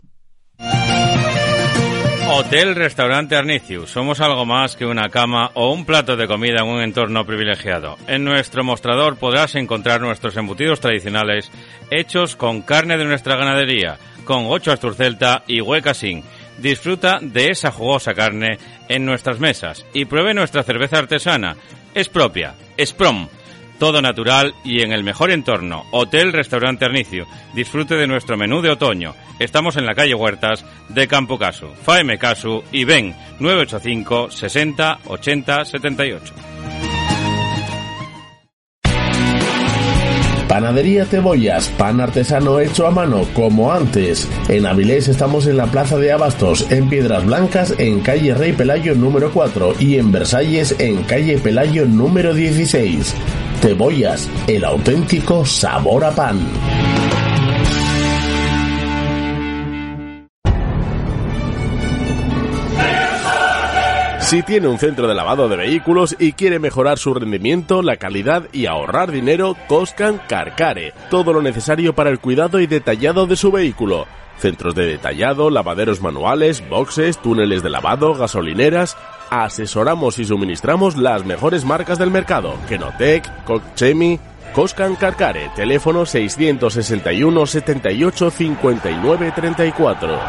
Hotel Restaurante Arnicius. Somos algo más que una cama o un plato de comida en un entorno privilegiado. En nuestro mostrador podrás encontrar nuestros embutidos tradicionales hechos con carne de nuestra ganadería, con 8 Asturcelta y Huecasín. Disfruta de esa jugosa carne en nuestras mesas y pruebe nuestra cerveza artesana. Es propia, es Prom. Todo natural y en el mejor entorno. Hotel Restaurante Arnicio. Disfrute de nuestro menú de otoño. Estamos en la calle Huertas de Campo Casu. Faeme Casu y ven 985 60 80 78. Panadería Cebollas, pan artesano hecho a mano, como antes. En Avilés estamos en la Plaza de Abastos, en Piedras Blancas, en calle Rey Pelayo número 4 y en Versalles, en calle Pelayo número 16. Cebollas, el auténtico sabor a pan. Si tiene un centro de lavado de vehículos y quiere mejorar su rendimiento, la calidad y ahorrar dinero, Coscan Carcare. Todo lo necesario para el cuidado y detallado de su vehículo. Centros de detallado, lavaderos manuales, boxes, túneles de lavado, gasolineras. Asesoramos y suministramos las mejores marcas del mercado. Kenotec, Cochemi, Coscan Carcare. Teléfono 661 78 59 34.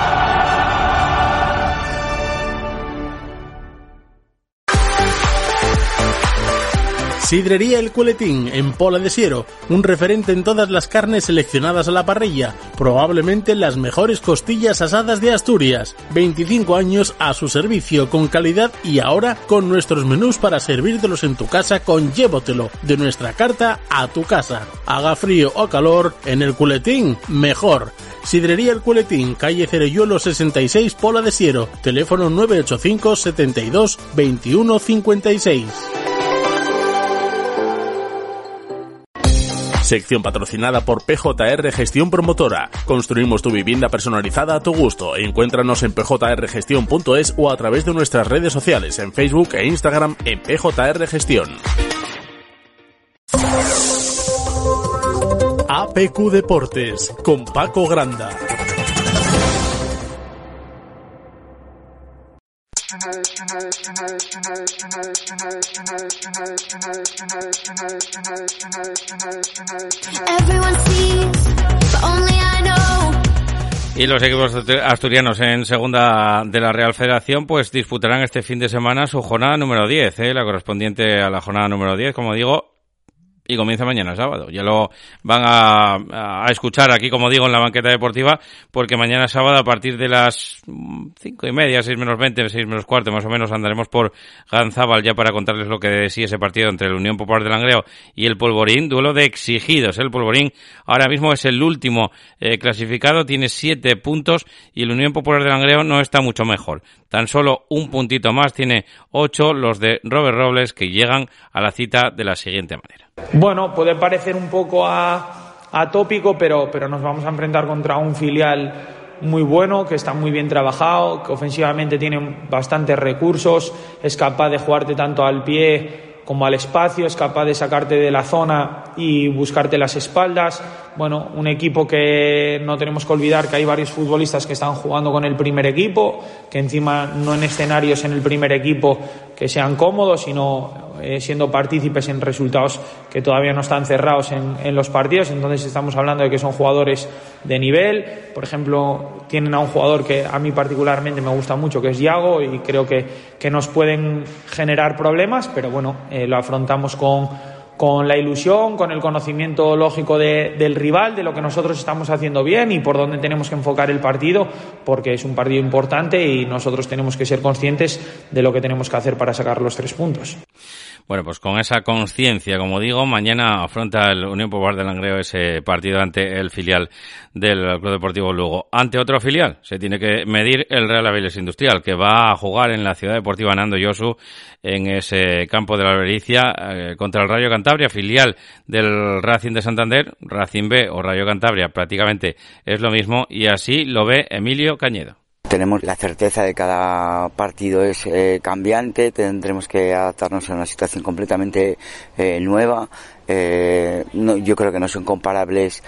Sidrería El Culetín, en Pola de Siero, un referente en todas las carnes seleccionadas a la parrilla, probablemente las mejores costillas asadas de Asturias. 25 años a su servicio con calidad y ahora con nuestros menús para servírtelos en tu casa con Llévatelo, de nuestra carta a tu casa. Haga frío o calor, en El Culetín, mejor. Sidrería El Culetín, calle Cereyuelo 66, Pola de Siero, teléfono 985 72 21 56. Sección patrocinada por PJR Gestión Promotora. Construimos tu vivienda personalizada a tu gusto. Encuéntranos en pjrgestion.es o a través de nuestras redes sociales en Facebook e Instagram en PJR Gestión. APQ Deportes, con Paco Granda. Y los equipos asturianos en segunda de la Real Federación pues disputarán este fin de semana su jornada número 10, la correspondiente a la jornada número 10, como digo, y comienza mañana sábado. Ya lo van a escuchar aquí, como digo, en la banqueta deportiva, porque mañana sábado a partir de las 5:30, 6 menos 20, 6 menos cuarto, más o menos, andaremos por Ganzábal ya para contarles lo que de sí ese partido entre el Unión Popular de Langreo y el Polvorín, duelo de exigidos. El Polvorín ahora mismo es el último clasificado, tiene 7 puntos y el Unión Popular de Langreo no está mucho mejor. Tan solo un puntito más, tiene 8 los de Robert Robles, que llegan a la cita de la siguiente manera. Bueno, puede parecer un poco atópico, pero nos vamos a enfrentar contra un filial muy bueno, que está muy bien trabajado, que ofensivamente tiene bastantes recursos, es capaz de jugarte tanto al pie como al espacio, es capaz de sacarte de la zona y buscarte las espaldas. Bueno, un equipo que no tenemos que olvidar que hay varios futbolistas que están jugando con el primer equipo, que encima no en escenarios en el primer equipo que sean cómodos, sino siendo partícipes en resultados que todavía no están cerrados en los partidos. Entonces estamos hablando de que son jugadores de nivel. Por ejemplo, tienen a un jugador que a mí particularmente me gusta mucho, que es Iago, y creo que nos pueden generar problemas, pero bueno, lo afrontamos con la ilusión, con el conocimiento lógico del rival, de lo que nosotros estamos haciendo bien y por dónde tenemos que enfocar el partido, porque es un partido importante y nosotros tenemos que ser conscientes de lo que tenemos que hacer para sacar los 3 puntos. Bueno, pues con esa conciencia, como digo, mañana afronta el Unión Popular de Langreo ese partido ante el filial del Club Deportivo Lugo. Ante otro filial se tiene que medir el Real Avilés Industrial, que va a jugar en la Ciudad Deportiva Nando Josu, en ese campo de la Albericia, contra el Rayo Cantabria, filial del Racing de Santander. Racing B o Rayo Cantabria prácticamente es lo mismo, y así lo ve Emilio Cañedo. Tenemos la certeza de que cada partido es cambiante, tendremos que adaptarnos a una situación completamente nueva. Yo creo que no son comparables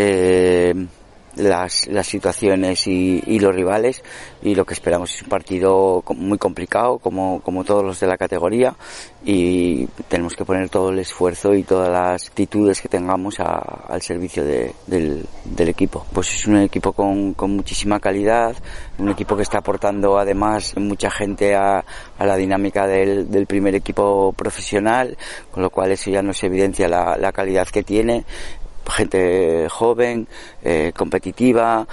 las situaciones y los rivales, y lo que esperamos es un partido muy complicado como todos los de la categoría, y tenemos que poner todo el esfuerzo y todas las actitudes que tengamos al servicio del equipo. Pues es un equipo con muchísima calidad, un equipo que está aportando además mucha gente a la dinámica del primer equipo profesional, con lo cual eso ya nos evidencia la calidad que tiene. Gente joven, competitiva,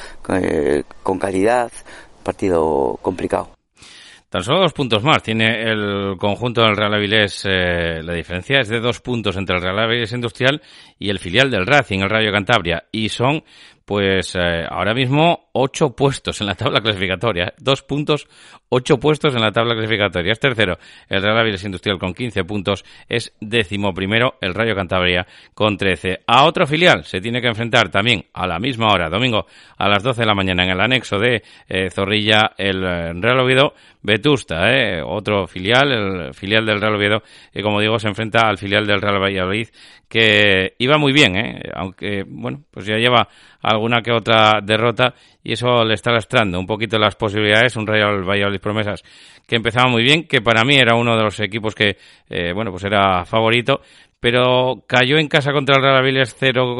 con calidad, partido complicado. Tan solo 2 puntos más tiene el conjunto del Real Avilés. La diferencia es de 2 puntos entre el Real Avilés Industrial y el filial del Racing, el Rayo Cantabria, y son pues ahora mismo 8 puestos en la tabla clasificatoria. 2 puntos, 8 puestos en la tabla clasificatoria. Es tercero el Real Avilés Industrial con 15 puntos. Es 11º el Rayo Cantabria con 13. A otro filial se tiene que enfrentar también a la misma hora, domingo a las 12 de la mañana, en el anexo de Zorrilla, el Real Oviedo Vetusta, otro filial, el filial del Real Oviedo, que como digo se enfrenta al filial del Real Valladolid, que iba muy bien, aunque bueno, pues ya lleva alguna que otra derrota y eso le está lastrando un poquito las posibilidades. Un Real Valladolid Promesas que empezaba muy bien, que para mí era uno de los equipos que bueno, pues era favorito, pero cayó en casa contra el Real Avilés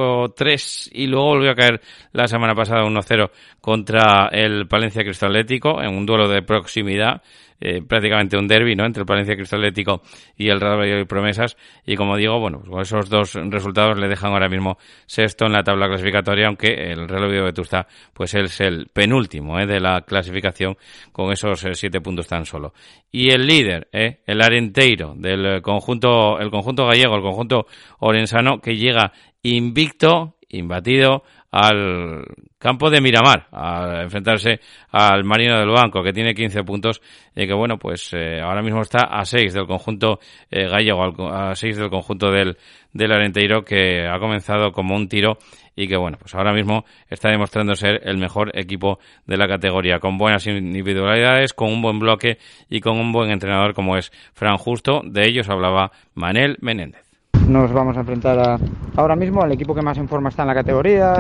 0-3 y luego volvió a caer la semana pasada 1-0 contra el Palencia Cristal Atlético en un duelo de proximidad, prácticamente un derbi, ¿no?, entre el Palencia Cristal Atlético y el Real Valladolid Promesas, y como digo, bueno, pues con esos 2 resultados le dejan ahora mismo sexto en la tabla clasificatoria, aunque el Real Oviedo Vetusta pues es el penúltimo de la clasificación con esos 7 puntos tan solo. Y el líder, el Arenteiro del conjunto, el conjunto gallego, el conjunto orensano, que llega invicto, imbatido, al campo de Miramar a enfrentarse al Marino del Banco, que tiene 15 puntos y que bueno, pues ahora mismo está a 6 del conjunto gallego, a 6 del conjunto del Arenteiro, que ha comenzado como un tiro y que bueno, pues ahora mismo está demostrando ser el mejor equipo de la categoría, con buenas individualidades, con un buen bloque y con un buen entrenador como es Fran Justo. De ellos hablaba Manel Menéndez. Nos vamos a enfrentar ahora mismo al equipo que más en forma está en la categoría,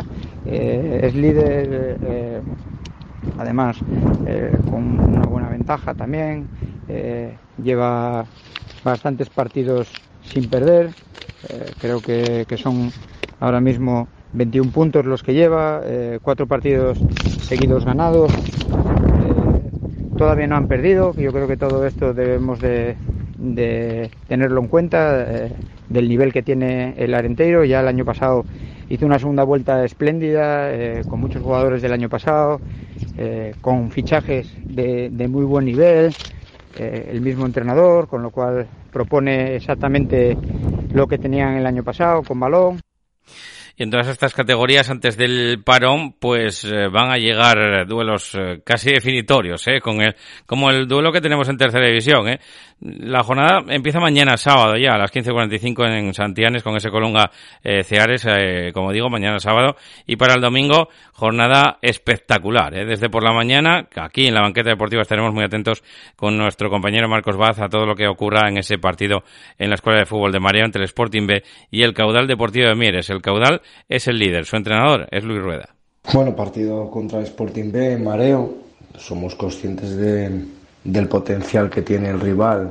es líder, además con una buena ventaja también, lleva bastantes partidos sin perder, creo que son ahora mismo 21 puntos los que lleva, 4 partidos seguidos ganados, todavía no han perdido. Yo creo que todo esto debemos de tenerlo en cuenta, del nivel que tiene el Arenteiro. Ya el año pasado hizo una segunda vuelta espléndida, con muchos jugadores del año pasado, con fichajes de muy buen nivel, el mismo entrenador, con lo cual propone exactamente lo que tenían el año pasado, con balón. Y en todas estas categorías, antes del parón, pues van a llegar duelos casi definitorios, como el duelo que tenemos en tercera división, La jornada empieza mañana sábado ya a las 15:45 en Santianes con ese Colunga Ceares, como digo, mañana sábado. Y para el domingo, jornada espectacular, desde por la mañana. Aquí en la banqueta deportiva estaremos muy atentos con nuestro compañero Marcos Vaz a todo lo que ocurra en ese partido en la Escuela de Fútbol de Mareo entre el Sporting B y el Caudal Deportivo de Mieres. El Caudal es el líder, su entrenador es Luis Rueda. Bueno, partido contra el Sporting B en Mareo. Somos conscientes del potencial que tiene el rival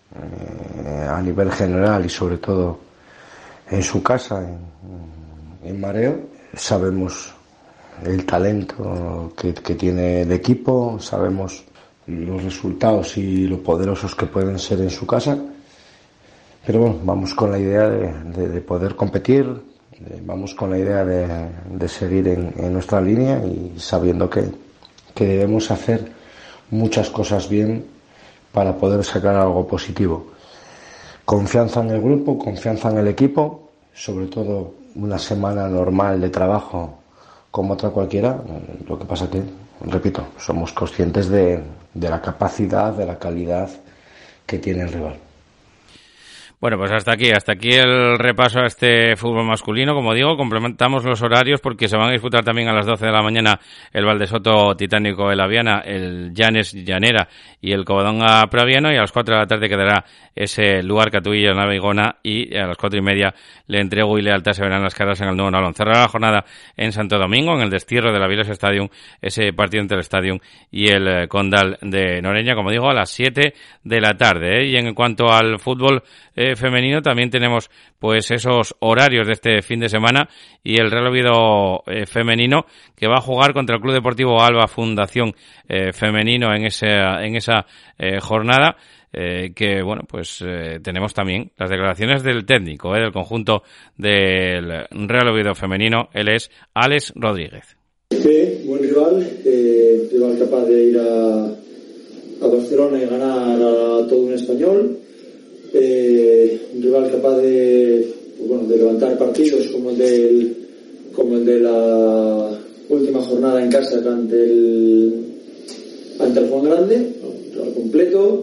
a nivel general y sobre todo en su casa, en Mareo. Sabemos el talento que tiene el equipo, sabemos los resultados y lo poderosos que pueden ser en su casa, pero bueno, vamos con la idea de poder competir, vamos con la idea de seguir en nuestra línea y sabiendo que debemos hacer muchas cosas bien para poder sacar algo positivo. Confianza en el grupo, confianza en el equipo, sobre todo una semana normal de trabajo como otra cualquiera. Lo que pasa que, repito, somos conscientes de la capacidad, de la calidad que tiene el rival. Bueno, pues hasta aquí el repaso a este fútbol masculino. Como digo, complementamos los horarios porque se van a disputar también a las 12 de la mañana el Valdesoto Titánico de la Viana, el Llanes Llanera y el Covadonga Praviano, y a las 4 de la tarde quedará ese Luar Catuillo Navegona, y a las 4:30 Le Entrego y Lealtad se verán las caras en el Nuevo Nalón. Cerrará la jornada en Santo Domingo, en el destierro de la Avilés Stadium, ese partido entre el Stadium y el Condal de Noreña, como digo, a las 7 de la tarde. Y en cuanto al fútbol femenino, también tenemos pues esos horarios de este fin de semana, y el Real Oviedo femenino, que va a jugar contra el Club Deportivo Alba Fundación femenino en esa jornada. Que bueno, pues tenemos también las declaraciones del técnico del conjunto del Real Oviedo femenino. Él es Alex Rodríguez. Buen rival capaz de ir a Barcelona y ganar a todo un español, un rival capaz de levantar partidos como el de la última jornada en casa ante el Juan Grande, al completo,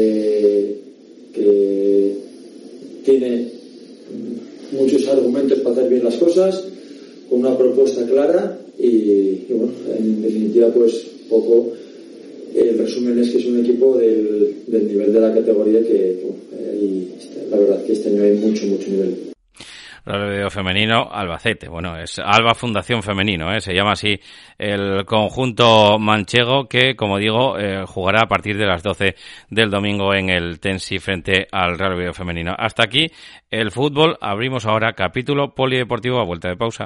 que tiene muchos argumentos para hacer bien las cosas, con una propuesta clara y bueno, en definitiva, pues poco. El resumen es que es un equipo del nivel de la categoría la verdad que este año hay mucho nivel. Real femenino Albacete, bueno, es Alba Fundación femenino, se llama así el conjunto manchego, que como digo jugará a partir de las 12 del domingo en el Tensi frente al Real Oviedo femenino. Hasta aquí el fútbol. Abrimos ahora capítulo polideportivo a vuelta de pausa.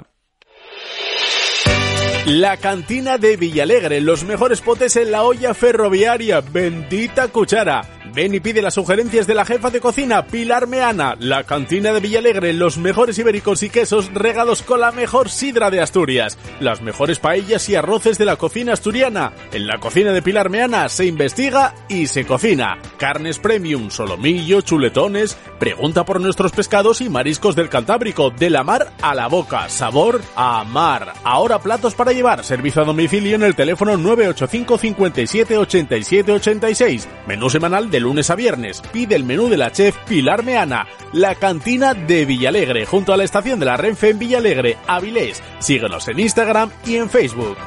La cantina de Villalegre, los mejores potes en la olla ferroviaria, bendita cuchara. Ven y pide las sugerencias de la jefa de cocina, Pilar Meana. La cantina de Villalegre, los mejores ibéricos y quesos regados con la mejor sidra de Asturias. Las mejores paellas y arroces de la cocina asturiana. En la cocina de Pilar Meana se investiga y se cocina. Carnes premium, solomillo, chuletones. Pregunta por nuestros pescados y mariscos del Cantábrico, de la mar a la boca, sabor a mar. Ahora platos para llevar, servicio a domicilio en el teléfono 985 57 87 86. Menú semanal de lunes a viernes. Pide el menú de la chef Pilar Meana. La cantina de Villalegre, junto a la estación de la Renfe en Villalegre, Avilés. Síguenos en Instagram y en Facebook.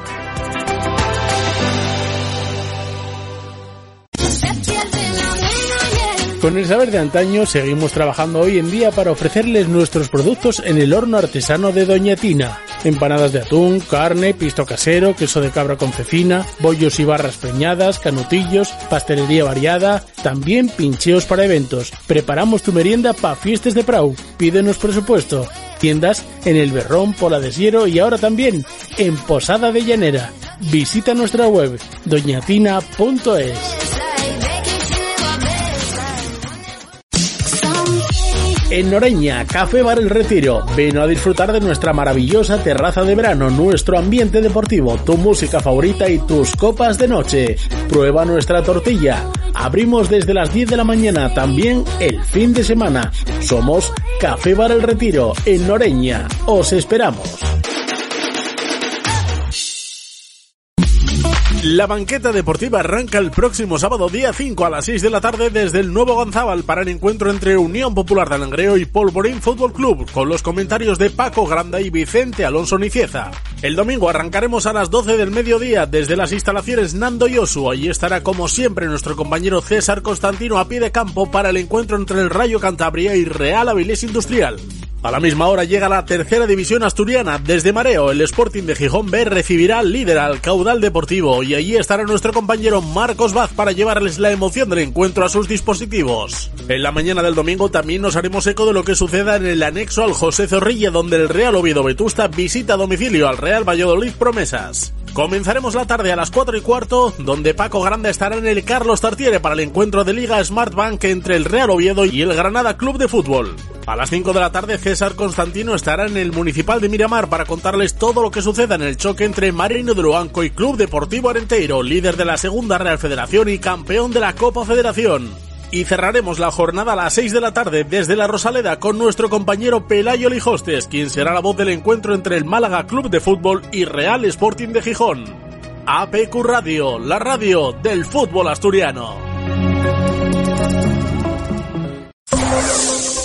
Con el saber de antaño seguimos trabajando hoy en día para ofrecerles nuestros productos en el horno artesano de Doña Tina. Empanadas de atún, carne, pisto casero, queso de cabra con cecina, bollos y barras preñadas, canutillos, pastelería variada, también pincheos para eventos. Preparamos tu merienda para fiestas de Prau. Pídenos presupuesto. Tiendas en El Berrón, Pola de Siero y ahora también en Posada de Llanera. Visita nuestra web doñatina.es. En Noreña, Café Bar El Retiro. Ven a disfrutar de nuestra maravillosa terraza de verano, nuestro ambiente deportivo, tu música favorita y tus copas de noche. Prueba nuestra tortilla. Abrimos desde las 10 de la mañana, también el fin de semana. Somos Café Bar El Retiro, en Noreña. Os esperamos. La banqueta deportiva arranca el próximo sábado día 5 a las 6 de la tarde desde el Nuevo Gonzábal para el encuentro entre Unión Popular de Langreo y Polvorín Fútbol Club, con los comentarios de Paco Granda y Vicente Alonso Nicieza. El domingo arrancaremos a las 12 del mediodía desde las instalaciones Nando Yosu. Allí estará como siempre nuestro compañero César Constantino a pie de campo para el encuentro entre el Rayo Cantabria y Real Avilés Industrial. A la misma hora llega la tercera división asturiana. Desde Mareo, el Sporting de Gijón B recibirá al líder, al Caudal Deportivo, y allí estará nuestro compañero Marcos Vaz para llevarles la emoción del encuentro a sus dispositivos. En la mañana del domingo también nos haremos eco de lo que suceda en el anexo al José Zorrilla, donde el Real Oviedo Vetusta visita a domicilio al Real Valladolid Promesas. Comenzaremos la tarde a las 4:15, donde Paco Granda estará en el Carlos Tartiere para el encuentro de Liga Smartbank entre el Real Oviedo y el Granada Club de Fútbol. A las 5 de la tarde César Constantino estará en el Municipal de Miramar para contarles todo lo que suceda en el choque entre Marino de Luanco y Club Deportivo Arenteiro, líder de la Segunda Real Federación y campeón de la Copa Federación. Y cerraremos la jornada a las 6 de la tarde desde la Rosaleda con nuestro compañero Pelayo Lijostes, quien será la voz del encuentro entre el Málaga Club de Fútbol y Real Sporting de Gijón. APQ Radio, la radio del fútbol asturiano.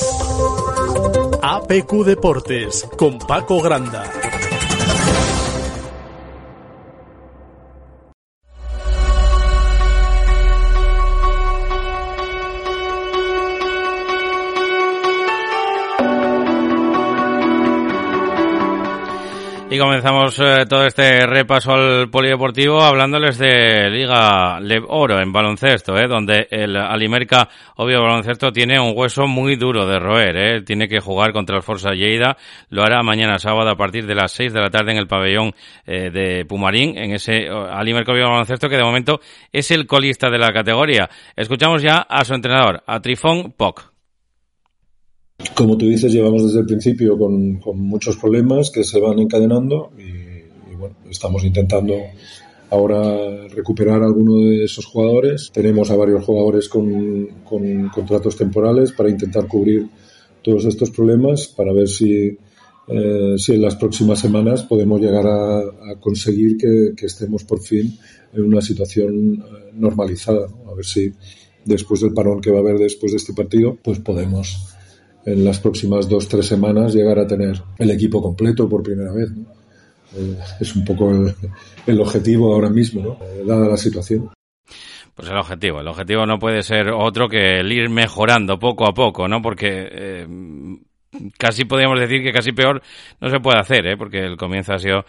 APQ Deportes con Paco Granda. Y comenzamos todo este repaso al polideportivo hablándoles de Liga LEB Oro en baloncesto, donde el Alimerca Obvio Baloncesto tiene un hueso muy duro de roer, tiene que jugar contra el Forza Lleida, lo hará mañana sábado a partir de las 6 de la tarde en el pabellón de Pumarín, en ese Alimerca Obvio Baloncesto que de momento es el colista de la categoría. Escuchamos ya a su entrenador, a Trifón Poc. Como tú dices, llevamos desde el principio con muchos problemas que se van encadenando y bueno, estamos intentando ahora recuperar alguno de esos jugadores. Tenemos a varios jugadores con contratos temporales para intentar cubrir todos estos problemas, para ver si en las próximas semanas podemos llegar a conseguir que estemos por fin en una situación normalizada, ¿no? A ver si después del parón que va a haber después de este partido, pues podemos en las próximas 2-3 semanas llegar a tener el equipo completo por primera vez, ¿no? Es un poco el objetivo ahora mismo, ¿no? Dada la situación. Pues el objetivo no puede ser otro que el ir mejorando poco a poco, ¿no? Porque casi podríamos decir que casi peor no se puede hacer, porque el comienzo ha sido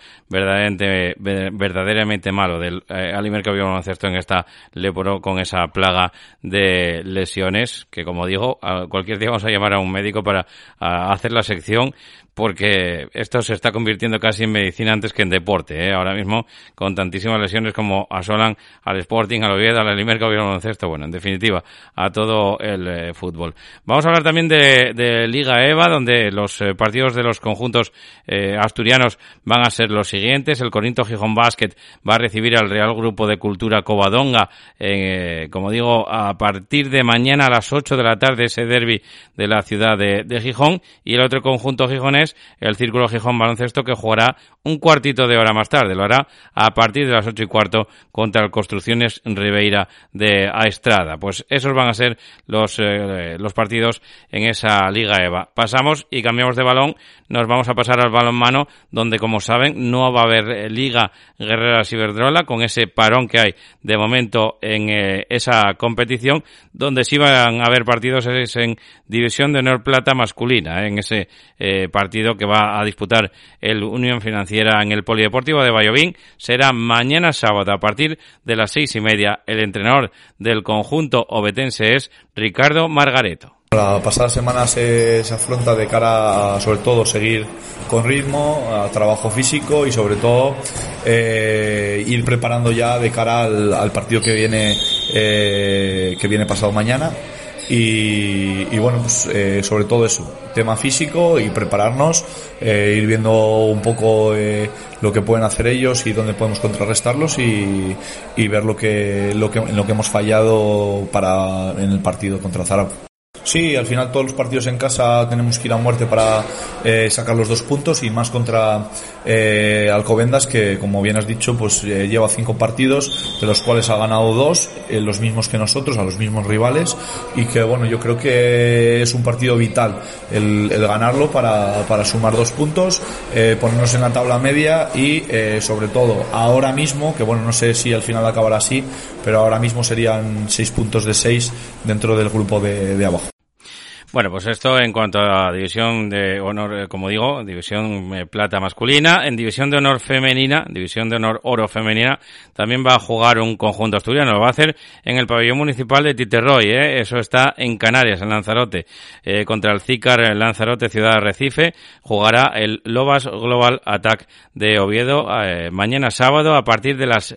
verdaderamente malo del Alimerca Obvio Baloncesto en esta Leporo, con esa plaga de lesiones que, como digo, cualquier día vamos a llamar a un médico para hacer la sección, porque esto se está convirtiendo casi en medicina antes que en deporte, ahora mismo, con tantísimas lesiones como asolan al Sporting, al Oviedo, al Alimerca Obvio Baloncesto, bueno, en definitiva, a todo el fútbol. Vamos a hablar también de Liga EVA, donde los partidos de los conjuntos asturianos van a ser los siguientes. El Corinto Gijón Basket va a recibir al Real Grupo de Cultura Covadonga, como digo, a partir de mañana a las 8 de la tarde, ese derbi de la ciudad de Gijón, y el otro conjunto gijonés, el Círculo Gijón Baloncesto, que jugará un cuartito de hora más tarde, lo hará a partir de las 8:15 contra el Construcciones Ribeira de Aestrada. Pues esos van a ser los partidos en esa Liga EVA. Pasamos y cambiamos de balón, nos vamos a pasar al balonmano, donde, como saben, no va a haber Liga Guerreras Iberdrola, con ese parón que hay de momento en esa competición. Donde sí van a haber partidos es en División de Honor Plata masculina, en ese partido que va a disputar el Unión Financiera en el Polideportivo de Vallovín. Será mañana sábado a partir de las 6:30. El entrenador del conjunto obetense es Ricardo Margareto. La pasada semana se afronta de cara a, sobre todo, seguir con ritmo, a trabajo físico y, sobre todo, ir preparando ya de cara al partido que viene pasado mañana. Y bueno, pues sobre todo eso, tema físico y prepararnos, ir viendo un poco lo que pueden hacer ellos y dónde podemos contrarrestarlos y ver en lo que hemos fallado en el partido contra Zaragoza. Sí, al final todos los partidos en casa tenemos que ir a muerte para sacar los 2 puntos, y más contra Alcobendas, que, como bien has dicho, pues lleva 5 partidos, de los cuales ha ganado 2, los mismos que nosotros, a los mismos rivales, y que, bueno, yo creo que es un partido vital el ganarlo para sumar 2 puntos, ponernos en la tabla media y, sobre todo, ahora mismo, que bueno, no sé si al final acabará así, pero ahora mismo serían 6 puntos de 6 dentro del grupo de abajo. Bueno, pues esto en cuanto a División de Honor, como digo, División Plata masculina. En División de Honor femenina, División de Honor Oro femenina, también va a jugar un conjunto asturiano. Lo va a hacer en el pabellón municipal de Titerroy, Eso está en Canarias, en Lanzarote. Contra el Cícar Lanzarote, Ciudad de Arrecife, jugará el Lobas Global Attack de Oviedo mañana sábado a partir de las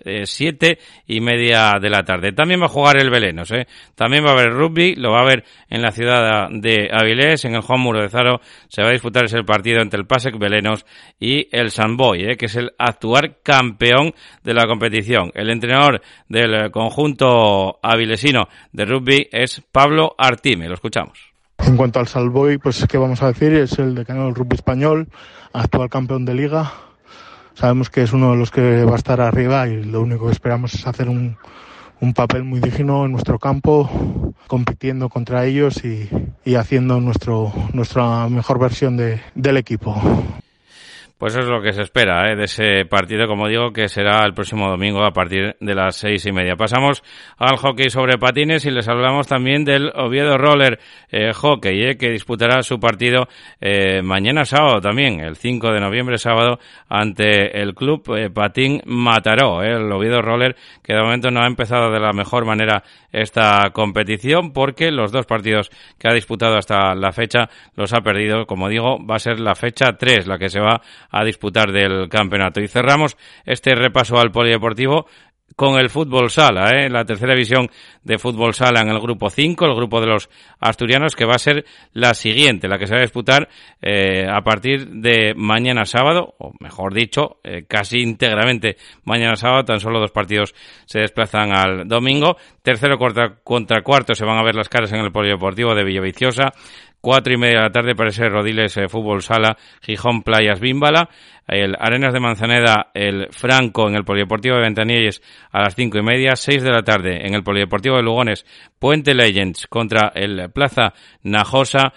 7:30 de la tarde. También va a jugar el Belenos, También va a haber rugby, lo va a haber en la ciudad de Avilés, en el Juan Murezaro. Se va a disputar ese partido entre el Pasek Belenos y el Sant Boi, que es el actual campeón de la competición. El entrenador del conjunto avilesino de rugby es Pablo Artime. Lo escuchamos. En cuanto al Sant Boi, pues qué vamos a decir, es el decano del rugby español, actual campeón de liga. Sabemos que es uno de los que va a estar arriba y lo único que esperamos es hacer un un papel muy digno en nuestro campo, compitiendo contra ellos y haciendo nuestra mejor versión del equipo. Pues eso es lo que se espera de ese partido, como digo, que será el próximo domingo a partir de las 6:30. Pasamos al hockey sobre patines y les hablamos también del Oviedo Roller Hockey, que disputará su partido mañana sábado también, el 5 de noviembre sábado, ante el club Patín Mataró. El Oviedo Roller, que de momento no ha empezado de la mejor manera esta competición, porque los 2 partidos que ha disputado hasta la fecha los ha perdido. Como digo, va a ser la fecha 3 la que se va a disputar del campeonato. Y cerramos este repaso al polideportivo con el fútbol sala, la tercera división de fútbol sala en el grupo 5, el grupo de los asturianos, que va a ser la siguiente, la que se va a disputar a partir de mañana sábado, o mejor dicho, casi íntegramente mañana sábado. Tan solo 2 partidos se desplazan al domingo. Tercero contra cuarto se van a ver las caras en el polideportivo de Villaviciosa. 4:30 de la tarde para ese Rodiles Fútbol Sala, Gijón Playas Bímbala. El Arenas de Manzaneda, el Franco en el Polideportivo de Ventanilles a las 5:30. 6 de la tarde en el Polideportivo de Lugones, Puente Legends contra el Plaza Najosa.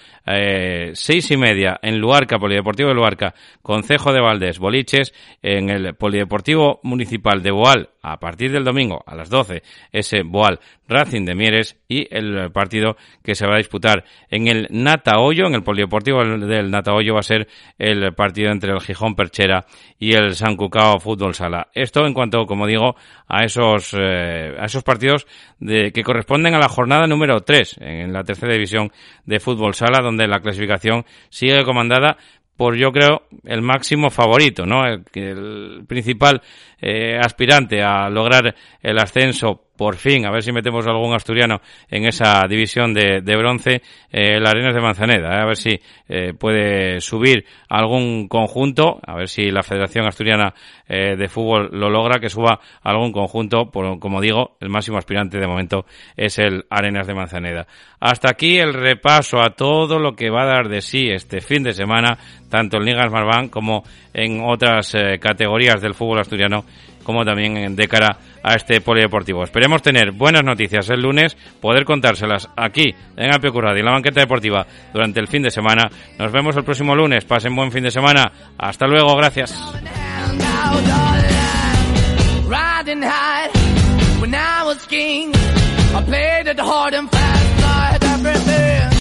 6:30 en Luarca, Polideportivo de Luarca, Concejo de Valdés, Boliches. En el Polideportivo Municipal de Boal, a partir del domingo a las 12, ese Boal Racing de Mieres. Y el partido que se va a disputar en el Natahoyo, en el Polideportivo del Natahoyo, va a ser el partido entre el Gijón Perchera y el San Cucao Fútbol Sala. Esto en cuanto, como digo, a esos partidos que corresponden a la jornada número 3 en la tercera división de fútbol sala, donde la clasificación sigue comandada por, yo creo, el máximo favorito, ¿no? El principal aspirante a lograr el ascenso, por fin, a ver si metemos algún asturiano en esa división de bronce, el Arenas de Manzaneda, a ver si puede subir algún conjunto, a ver si la Federación Asturiana de Fútbol lo logra, que suba algún conjunto. Como digo, el máximo aspirante de momento es el Arenas de Manzaneda. Hasta aquí el repaso a todo lo que va a dar de sí este fin de semana, tanto en Liga Smartbank como en otras categorías del fútbol asturiano, como también de cara a este polideportivo. Esperemos tener buenas noticias el lunes, poder contárselas aquí en APQ Radio, en la banqueta deportiva, durante el fin de semana. Nos vemos el próximo lunes. Pasen buen fin de semana. Hasta luego. Gracias. Riding high when I was king, I played it hard and fast.